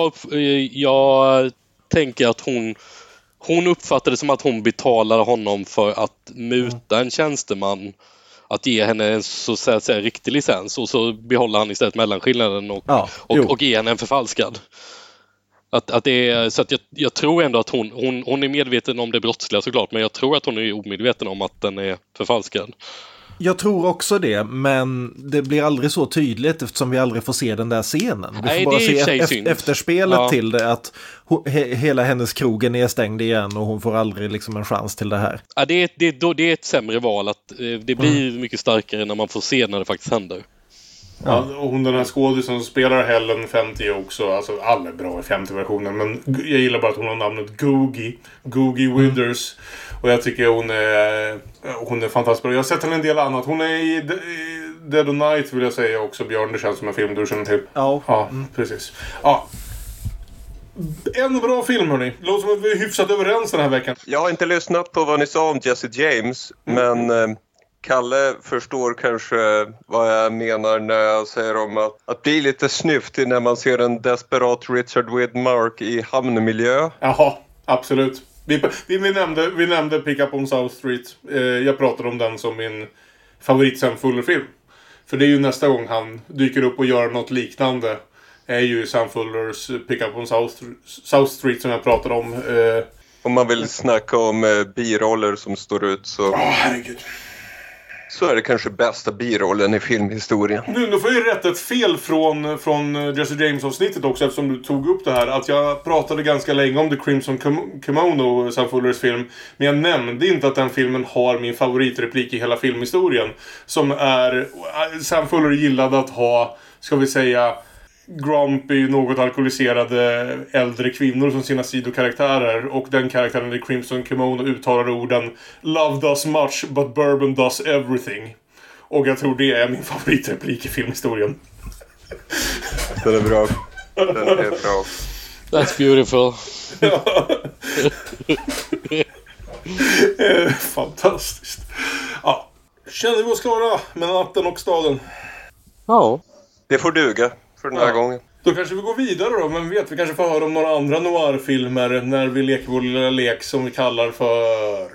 jag tänker att hon uppfattade det som att hon betalade honom för att muta en tjänsteman att ge henne en så att säga riktig licens, och så behåller han istället mellanskillnaden och ger henne en förfalskad. Att det är, så att jag tror ändå att hon är medveten om det brottsliga såklart, men jag tror att hon är omedveten om att den är förfalskad. Jag tror också det, men det blir aldrig så tydligt eftersom vi aldrig får se den där scenen. Vi får bara se efterspelet till det, att hela hennes krogen är stängd igen och hon får aldrig liksom en chans till det här. Ja, det är ett sämre val, att det blir mycket starkare när man får se när det faktiskt händer. Ja, och hon, den här skådisen som spelar Helen 50 också, alltså alla är bra i 50-versionen, men jag gillar bara att hon har namnet Googie Withers, och jag tycker hon är fantastisk bra. Jag har sett henne en del annat. Hon är i Dead of Night, vill jag säga också, Björn, det känns som en film du känner till. Ja, precis. Ja. En bra film, hörni. Låter som att vi är hyfsat överens den här veckan. Jag har inte lyssnat på vad ni sa om Jesse James, men Kalle förstår kanske vad jag menar när jag säger om att bli lite snyftig när man ser en desperat Richard Widmark i hamnmiljö. Jaha, absolut. Vi nämnde Pick Up on South Street. Jag pratade om den som min favorit Sam Fuller-film. För det är ju nästa gång han dyker upp och gör något liknande. Är ju Sam Fullers Pick Up on South Street som jag pratade om. Om man vill snacka om biroller som står ut så... herregud. Så är det kanske bästa birollen i filmhistorien. Nu får jag rätta ett fel från Jesse James-avsnittet också, eftersom du tog upp det här. Att jag pratade ganska länge om The Crimson Kimono, Sam Fullers film. Men jag nämnde inte att den filmen har min favoritreplik i hela filmhistorien. Som är... Sam Fuller gillade att ha, ska vi säga... grumpy, något alkoholiserade äldre kvinnor som sina sidokaraktärer, och den karaktären i Crimson Kimono uttalar orden "Love does much but bourbon does everything", och jag tror det är min favoritreplik i filmhistorien. Den är bra. Den är bra. That's beautiful. Fantastiskt. Ja. Känner vi oss klara med natten och staden? Ja. Det får duga för den här gången. Då kanske vi går vidare då, men vi kanske får höra om några andra noir-filmer när vi leker vår lilla lek som vi kallar för...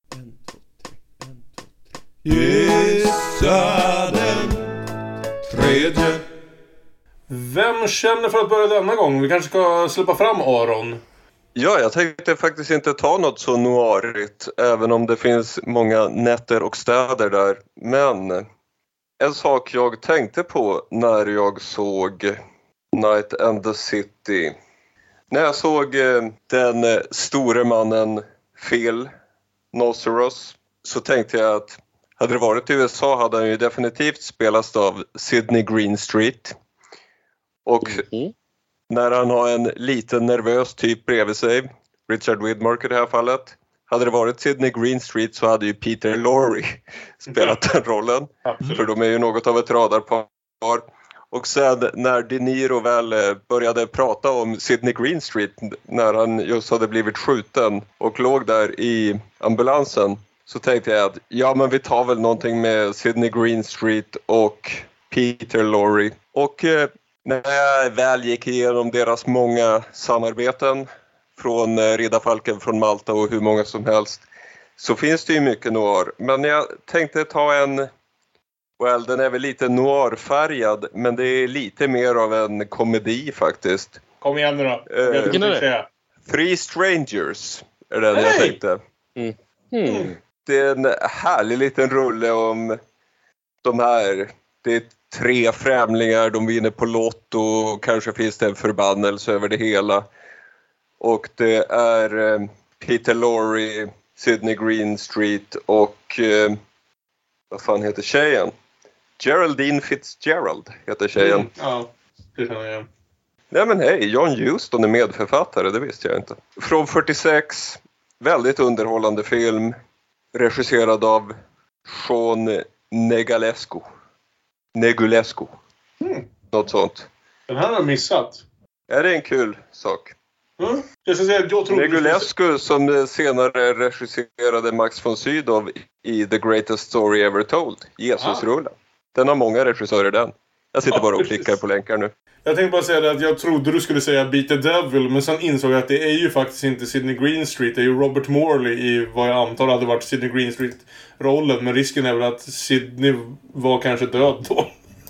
Gissa den tredje. Vem känner för att börja denna gång? Vi kanske ska släppa fram Aron. Ja, jag tänkte faktiskt inte ta något så noirigt, även om det finns många nätter och städer där. Men en sak jag tänkte på när jag såg Night and the City. När jag såg den store mannen Phil Noceros, så tänkte jag att hade det varit i USA hade han ju definitivt spelats av Sidney Greenstreet. Och när han har en liten nervös typ bredvid sig, Richard Widmark i det här fallet, hade det varit Sidney Greenstreet så hade ju Peter Lorre spelat den rollen. Absolut. För de är ju något av ett radarpar. Och sen när De Niro väl började prata om Sidney Greenstreet när han just hade blivit skjuten och låg där i ambulansen, så tänkte jag att ja, men vi tar väl någonting med Sidney Greenstreet och Peter Lorre. Och när jag väl gick igenom deras många samarbeten från Riddarfalken från Malta och hur många som helst, så finns det ju mycket noir. Men jag tänkte ta den är väl lite noirfärgad, men det är lite mer av en komedi faktiskt. Kom igen nu då. Vilken är det? Three Strangers är den jag tänkte. Det är en härlig liten rulle om de här, det är 3 främlingar, de vinner på lotto och kanske finns det en förbannelse över det hela. Och det är Peter Lorre, Sydney Greenstreet och vad fan heter tjejen? Geraldine Fitzgerald heter tjejen. Ja, det kan jag. Nej men hej, John Huston är medförfattare, det visste jag inte. Från 46, väldigt underhållande film. Regisserad av Sean Negulescu. Något sånt. Den här har jag missat. Är det en kul sak? Jag ska säga att jag tror Negulescu som senare regisserade Max von Sydow i The Greatest Story Ever Told. Jesus-rullen. Den har många regissörer den. Jag sitter bara och klickar på länkar nu. Jag tänkte bara säga det att jag trodde du skulle säga Beat the Devil, men sen insåg jag att det är ju faktiskt inte Sydney Greenstreet. Det är ju Robert Morley i vad jag antar hade varit Sydney Greenstreet-rollen. Men risken är väl att Sydney var kanske död då.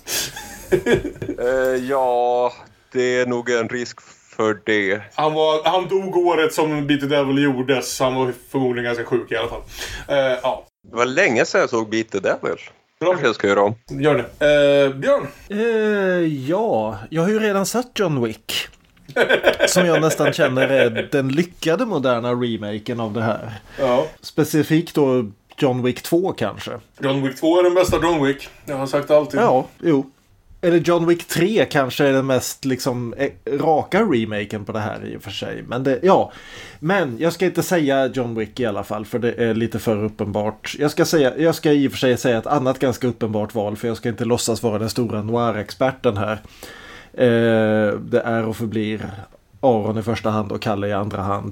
Ja, det är nog en risk för det. Han dog året som Beat the Devil gjordes. Han var förmodligen ganska sjuk i alla fall. Ja. Det var länge sedan jag såg Beat the Devil. Kanske jag ska göra om. Gör det. Björn? Ja, jag har ju redan sett John Wick. Som jag nästan känner är den lyckade moderna remaken av det här. Ja. Specifikt då John Wick 2 kanske. John Wick 2 är den bästa John Wick. Jag har sagt alltid. Ja, jo. Eller John Wick 3 kanske är den mest liksom raka remaken på det här i och för sig. Men det, ja. Men jag ska inte säga John Wick i alla fall, för det är lite för uppenbart. Jag ska i och för sig säga ett annat ganska uppenbart val, för jag ska inte låtsas vara den stora noir-experten här. Det är och förblir Aron i första hand och Kalle i andra hand.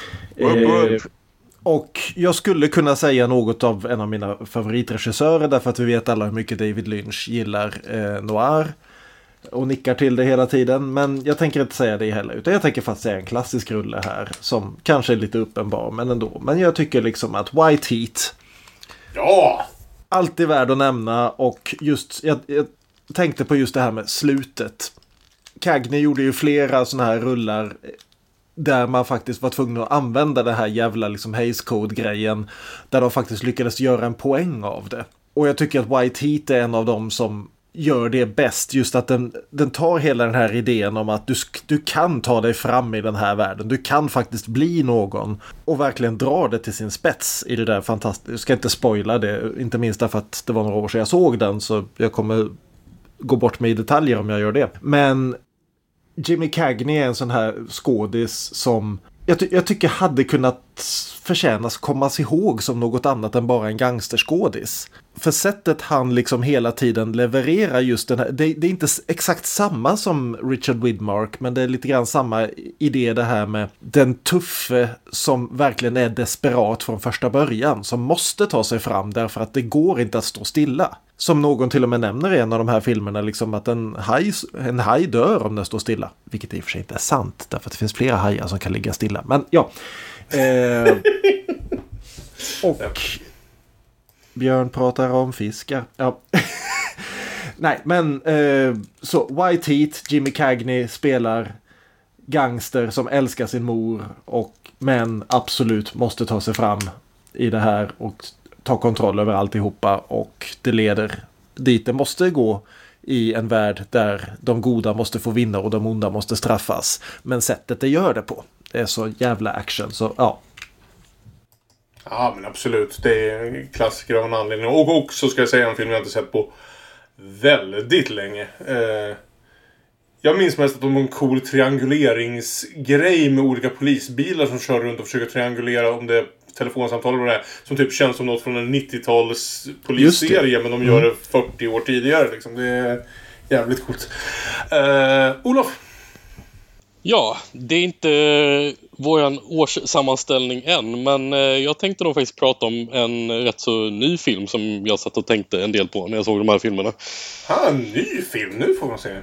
Och jag skulle kunna säga något av en av mina favoritregissörer, därför att vi vet alla hur mycket David Lynch gillar noir och nickar till det hela tiden. Men jag tänker inte säga det heller, utan jag tänker faktiskt säga en klassisk rulle här som kanske är lite uppenbar, men ändå. Men jag tycker liksom att White Heat, ja, alltid värd att nämna. Och just, jag tänkte på just det här med slutet. Cagney gjorde ju flera såna här rullar där man faktiskt var tvungen att använda det här jävla liksom Hays Code-grejen, där de faktiskt lyckades göra en poäng av det. Och jag tycker att White Heat är en av dem som gör det bäst, just att den tar hela den här idén om att du kan ta dig fram i den här världen, du kan faktiskt bli någon, och verkligen dra det till sin spets i det där fantastiska. Jag ska inte spoila det, inte minst därför att det var några år sedan jag såg den, så jag kommer gå bort med i detaljer om jag gör det. Men Jimmy Cagney är en sån här skådis som jag tycker hade kunnat förtjänas kommas ihåg som något annat än bara en gangsterskådis. För sättet han liksom hela tiden levererar just den här, det är inte exakt samma som Richard Widmark, men det är lite grann samma idé, det här med den tuffe som verkligen är desperat från första början, som måste ta sig fram därför att det går inte att stå stilla. Som någon till och med nämner i en av de här filmerna, liksom att en haj dör om den står stilla. Vilket i och för sig inte är sant, därför att det finns flera hajar som kan ligga stilla. Men ja. Och Björn pratar om fiskar. Ja. Nej, men så White Heat, Jimmy Cagney spelar gangster som älskar sin mor, men absolut måste ta sig fram i det här och ta kontroll över alltihopa, och det leder dit det måste gå i en värld där de goda måste få vinna och de onda måste straffas. Men sättet det gör det på, det är så jävla action, så ja. Ja, men absolut. Det är en klassiker av en anledning. Och också ska jag säga en film jag inte sett på väldigt länge. Jag minns mest att de har en cool trianguleringsgrej med olika polisbilar som kör runt och försöker triangulera om det är telefonsamtal och det här, som typ känns som något från en 90-tals polisserie, men de gör det 40 år tidigare liksom. Det är jävligt coolt. Olof? Ja, det är inte våran årssammanställning än, men jag tänkte nog faktiskt prata om en rätt så ny film som jag satt och tänkte en del på när jag såg de här filmerna. En ny film? Nu får man se.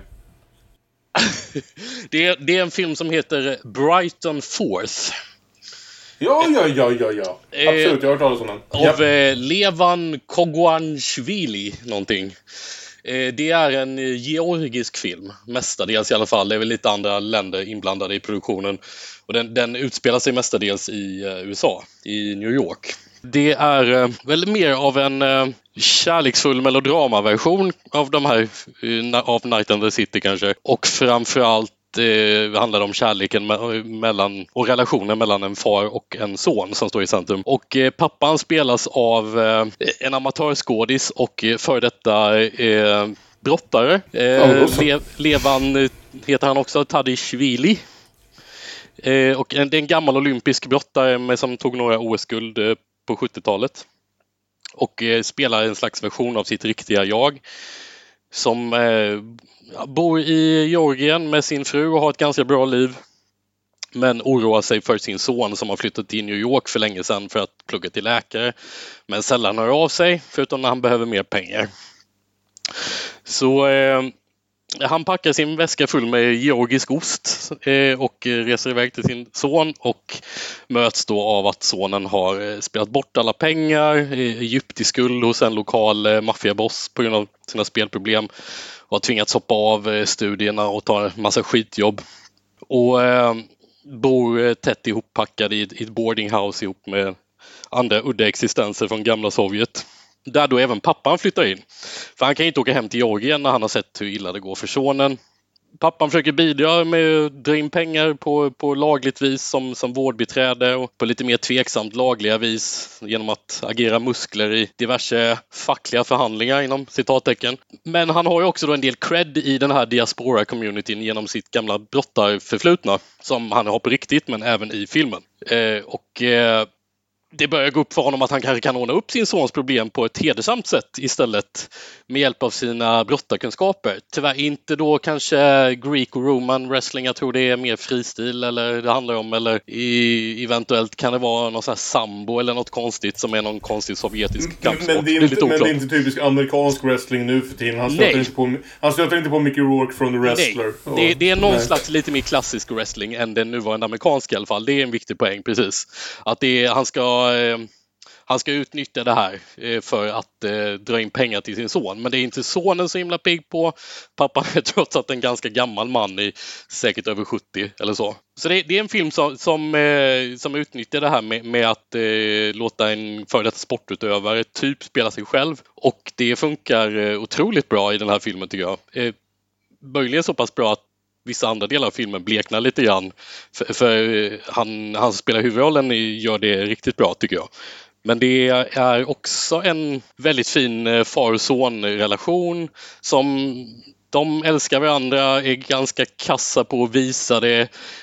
Det är en film som heter Brighton Fourth. Ja. Absolut, jag har hört talas om den. Av Levan Kogwanishvili någonting. Det är en georgisk film, mestadels i alla fall. Det är väl lite andra länder inblandade i produktionen. Och den utspelar sig mestadels i USA, i New York. Det är väl mer av en kärleksfull melodramaversion av de här av Night and the City kanske. Och framförallt handlar det om kärleken mellan och relationen mellan en far och en son som står i centrum. Och pappan spelas av en amatörskådis och för detta brottare. Levan heter han också, Tadishvili. Och det är en gammal olympisk brottare som tog några OS-guld på 70-talet. Och spelar en slags version av sitt riktiga jag. Som bor i Georgien med sin fru och har ett ganska bra liv. Men oroar sig för sin son som har flyttat till New York för länge sedan för att plugga till läkare. Men sällan hör av sig, förutom när han behöver mer pengar. Så han packar sin väska full med georgisk ost och reser iväg till sin son och möts då av att sonen har spelat bort alla pengar, djupt i skuld hos en lokal maffiaboss på grund av sina spelproblem och har tvingats hoppa av studierna och ta en massa skitjobb. Och bor tätt ihoppackad i ett boardinghouse ihop med andra udda existenser från gamla Sovjet. Där då även pappan flyttar in. För han kan inte åka hem till Georgien när han har sett hur illa det går för sonen. Pappan försöker bidra med att dra in pengar på lagligt vis som vårdbiträde och på lite mer tveksamt lagliga vis genom att agera muskler i diverse fackliga förhandlingar inom citattecken. Men han har ju också då en del cred i den här diaspora-communityn genom sitt gamla brottarförflutna som han har på riktigt men även i filmen. Det börjar gå upp för honom att han kanske kan ordna upp sin sons problem på ett hedersamt sätt istället med hjälp av sina brottarkunskaper. Tyvärr inte då kanske Greek och Roman wrestling, jag tror det är mer fristil eller det handlar om, eller eventuellt kan det vara någon sån här sambo eller något konstigt som är någon konstig sovjetisk kampsport. Men det är inte typisk amerikansk wrestling nu för tiden. Han stöter inte på Mickey Rourke från The Wrestler. Nej, det är någon slags lite mer klassisk wrestling än den nuvarande amerikanska i alla fall. Det är en viktig poäng, precis. Att han ska utnyttja det här för att dra in pengar till sin son. Men det är inte sonen så himla pigg på. Pappan är trots att en ganska gammal man i säkert över 70 eller så. Så det är en film som utnyttjar det här med att låta en före detta sportutövare typ spela sig själv. Och det funkar otroligt bra i den här filmen tycker jag. Möjligen så pass bra att vissa andra delar av filmen bleknar lite grann. För han som spelar huvudrollen gör det riktigt bra tycker jag. Men det är också en väldigt fin far-son-relation som de älskar varandra, är ganska kassa på att visa det,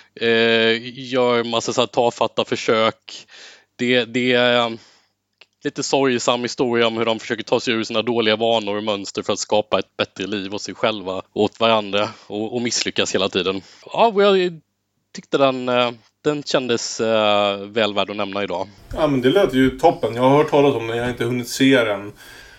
gör massa så här tafatta försök. Det är lite sorgsam historia om hur de försöker ta sig ur sina dåliga vanor och mönster för att skapa ett bättre liv åt sig själva och åt varandra och misslyckas hela tiden. Ja, jag tyckte den kändes väl värd att nämna idag. Ja, men det lät ju toppen. Jag har hört talas om den, jag har inte hunnit se den.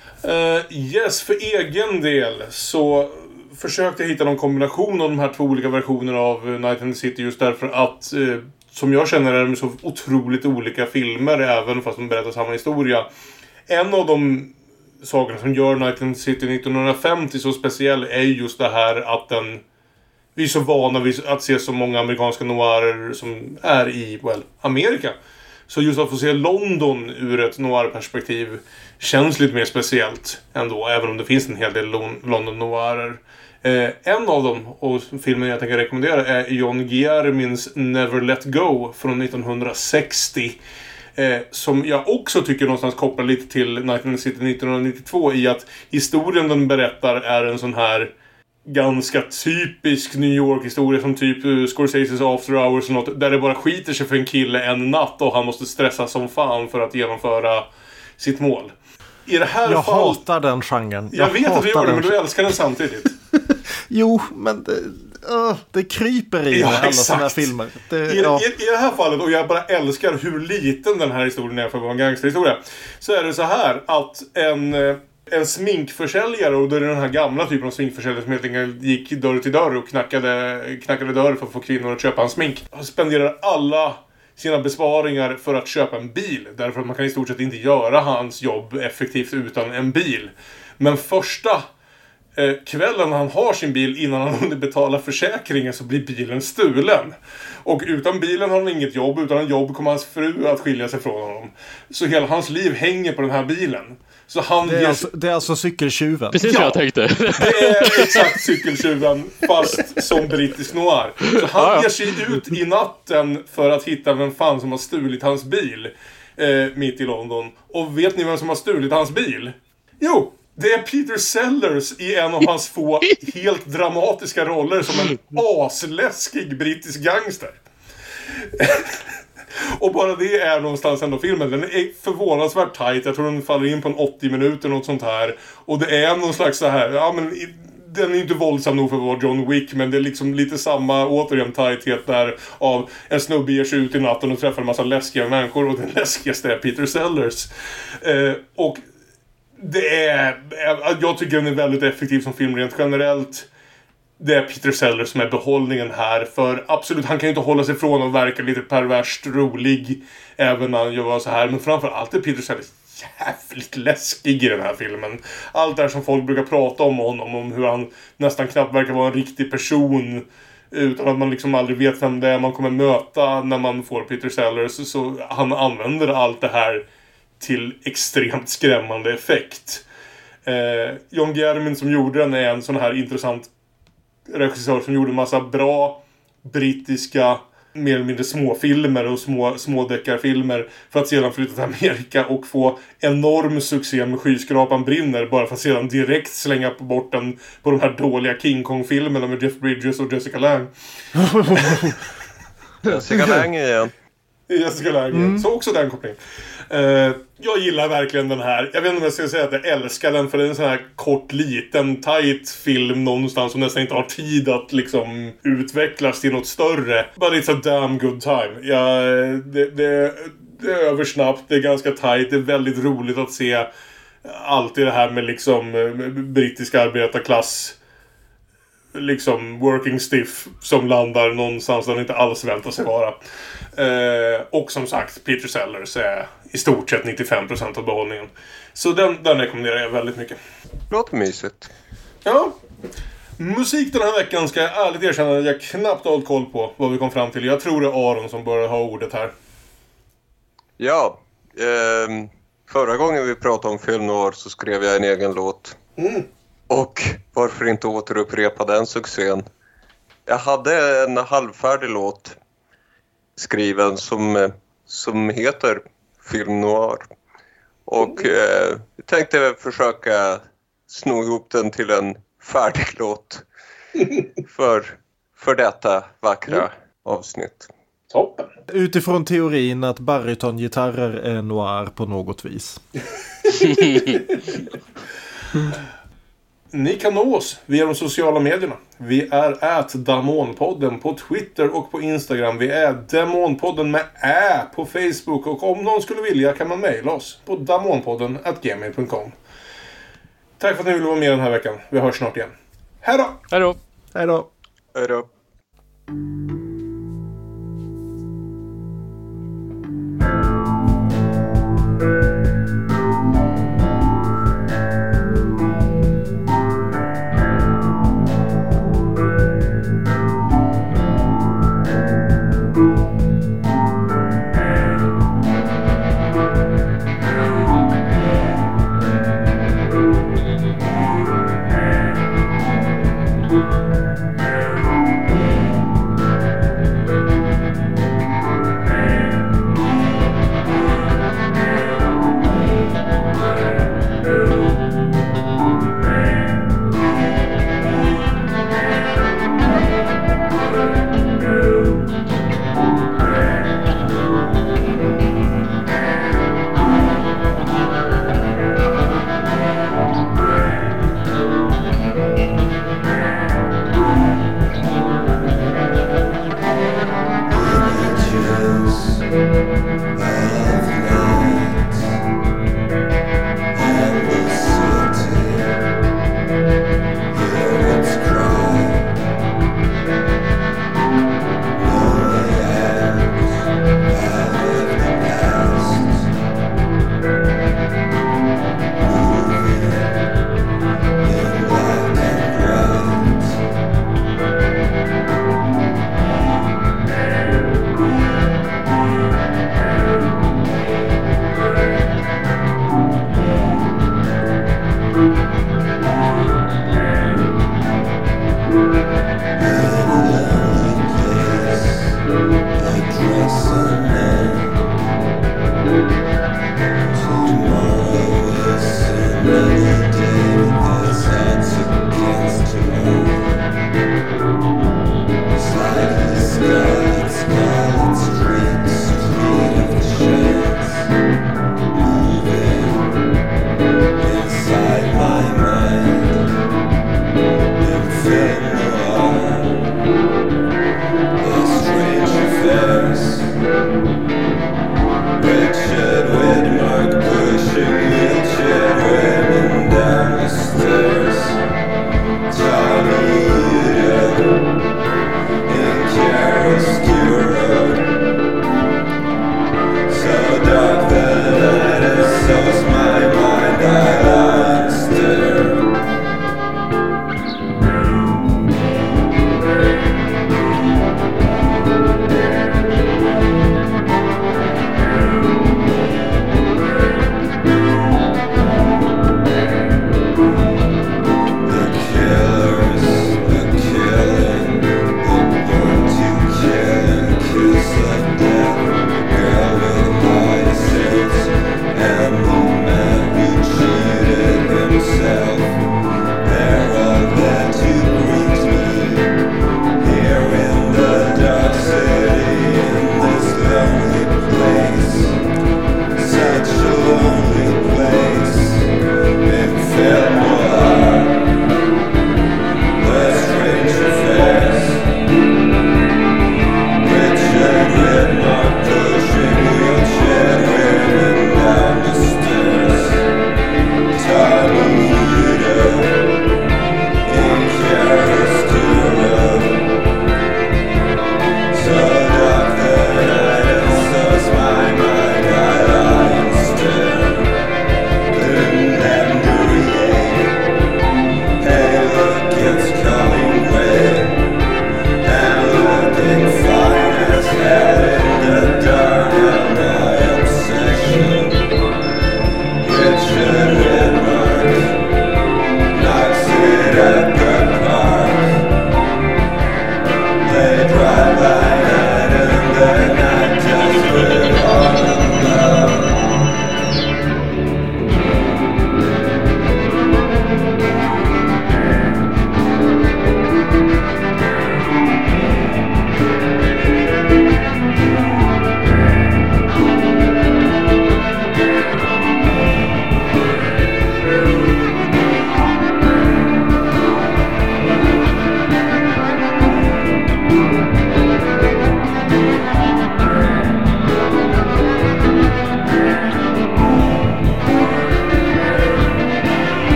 För egen del så försökte jag hitta någon kombination av de här två olika versionerna av Night and the City just därför att som jag känner är de så otroligt olika filmer även fast de berättar samma historia. En av de sakerna som gör Night and the City 1950 så speciell är just det här att vi är så vana vid att se så många amerikanska noirer som är i Amerika. Så just att få se London ur ett noir-perspektiv känns lite mer speciellt ändå, även om det finns en hel del London noirer. En av dem, och filmen jag tänker rekommendera, är John Guillermins Never Let Go från 1960. Som jag också tycker någonstans kopplar lite till Night and the City 1992 i att historien den berättar är en sån här ganska typisk New York-historia som typ Scorsese's After Hours och något, där det bara skiter sig för en kille en natt och han måste stressa som fan för att genomföra sitt mål. I det här jag hatar den genren. Jag vet att du gör det, men du älskar den samtidigt. Jo, men det kryper i alla sådana här filmer. I det här fallet, och jag bara älskar hur liten den här historien är för att vara en gangsterhistoria, så är det så här att en sminkförsäljare, och då är det den här gamla typen av sminkförsäljare som helt enkelt gick dörr till dörr och knackade dörr för att få kvinnor att köpa en smink. Han spenderar alla sina besparingar för att köpa en bil. Därför att man kan i stort sett inte göra hans jobb effektivt utan en bil. Men första Kvällen han har sin bil innan han hunnit betala försäkringen så blir bilen stulen. Och utan bilen har han inget jobb. Utan jobb kommer hans fru att skilja sig från honom. Så hela hans liv hänger på den här bilen. Så han det är alltså cykeltjuven. Precis vad jag tänkte. Det är exakt cykeltjuven fast som brittisk noir. Så han ger sig ut i natten för att hitta vem fan som har stulit hans bil mitt i London. Och vet ni vem som har stulit hans bil? Jo, det är Peter Sellers i en av hans få helt dramatiska roller som en asläskig brittisk gangster. Och bara det är någonstans ändå filmen. Den är förvånansvärt tight. Jag tror den faller in på en 80 minuter något sånt här. Och det är någon slags så här, ja men den är inte våldsam nog för att vara John Wick, men det är liksom lite samma återigen tighthet där av en snubbe ger sig ut i natten och träffar en massa läskiga människor och den läskigaste är Peter Sellers. Och det är, jag tycker den är väldigt effektiv som film rent generellt. Det är Peter Sellers som är behållningen här. För absolut, han kan ju inte hålla sig från att verka lite perverst rolig även när han gör så här. Men framförallt är Peter Sellers jävligt läskig i den här filmen. Allt det här som folk brukar prata om honom, om hur han nästan knappt verkar vara en riktig person utan att man liksom aldrig vet vem det är man kommer möta när man får Peter Sellers. Så han använder allt det här till extremt skrämmande effekt. John Guillermin som gjorde den är en sån här intressant regissör som gjorde en massa bra brittiska mer eller mindre småfilmer och små deckarfilmer för att sedan flytta till Amerika och få enorm succé med Skyskrapan brinner bara för att sedan direkt slänga bort den på de här dåliga King Kong-filmerna med Jeff Bridges och Jessica Lange. Jessica Lange igen. Jessica Lange, så också den kopplingen. Jag gillar verkligen den här. Jag vet inte om jag ska säga att jag älskar den, för det är en sån här kort, liten, tight film någonstans som nästan inte har tid att liksom utvecklas till något större. But it's a damn good time. Det är översnabbt, det är ganska tight, det är väldigt roligt att se allt det här med liksom brittisk arbetarklass, liksom working stiff som landar någonstans där den inte alls väntar sig vara. Och som sagt, Peter Sellers är i stort sett 95% av behållningen. Så den rekommenderar jag väldigt mycket. Låter mysigt. Ja. Musik den här veckan ska jag ärligt erkänna att jag knappt har hållit koll på vad vi kom fram till. Jag tror det är Aron som börjar ha ordet här. Ja, förra gången vi pratade om film noir så skrev jag en egen låt. Och varför inte återupprepa den succén? Jag hade en halvfärdig låt skriven som heter Film noir. Och jag tänkte försöka sno ihop den till en färdig låt för detta vackra avsnitt. Toppen. Utifrån teorin att barytongitarrer är noir på något vis. Ni kan nå oss via de sociala medierna. Vi är @Damonpodden på Twitter och på Instagram. Vi är Damonpodden med ä på Facebook. Och om någon skulle vilja kan man mejla oss på damonpodden@gmail.com. Tack för att ni ville vara med den här veckan. Vi hörs snart igen. Hej då! Hej då! Hej då! Hej då!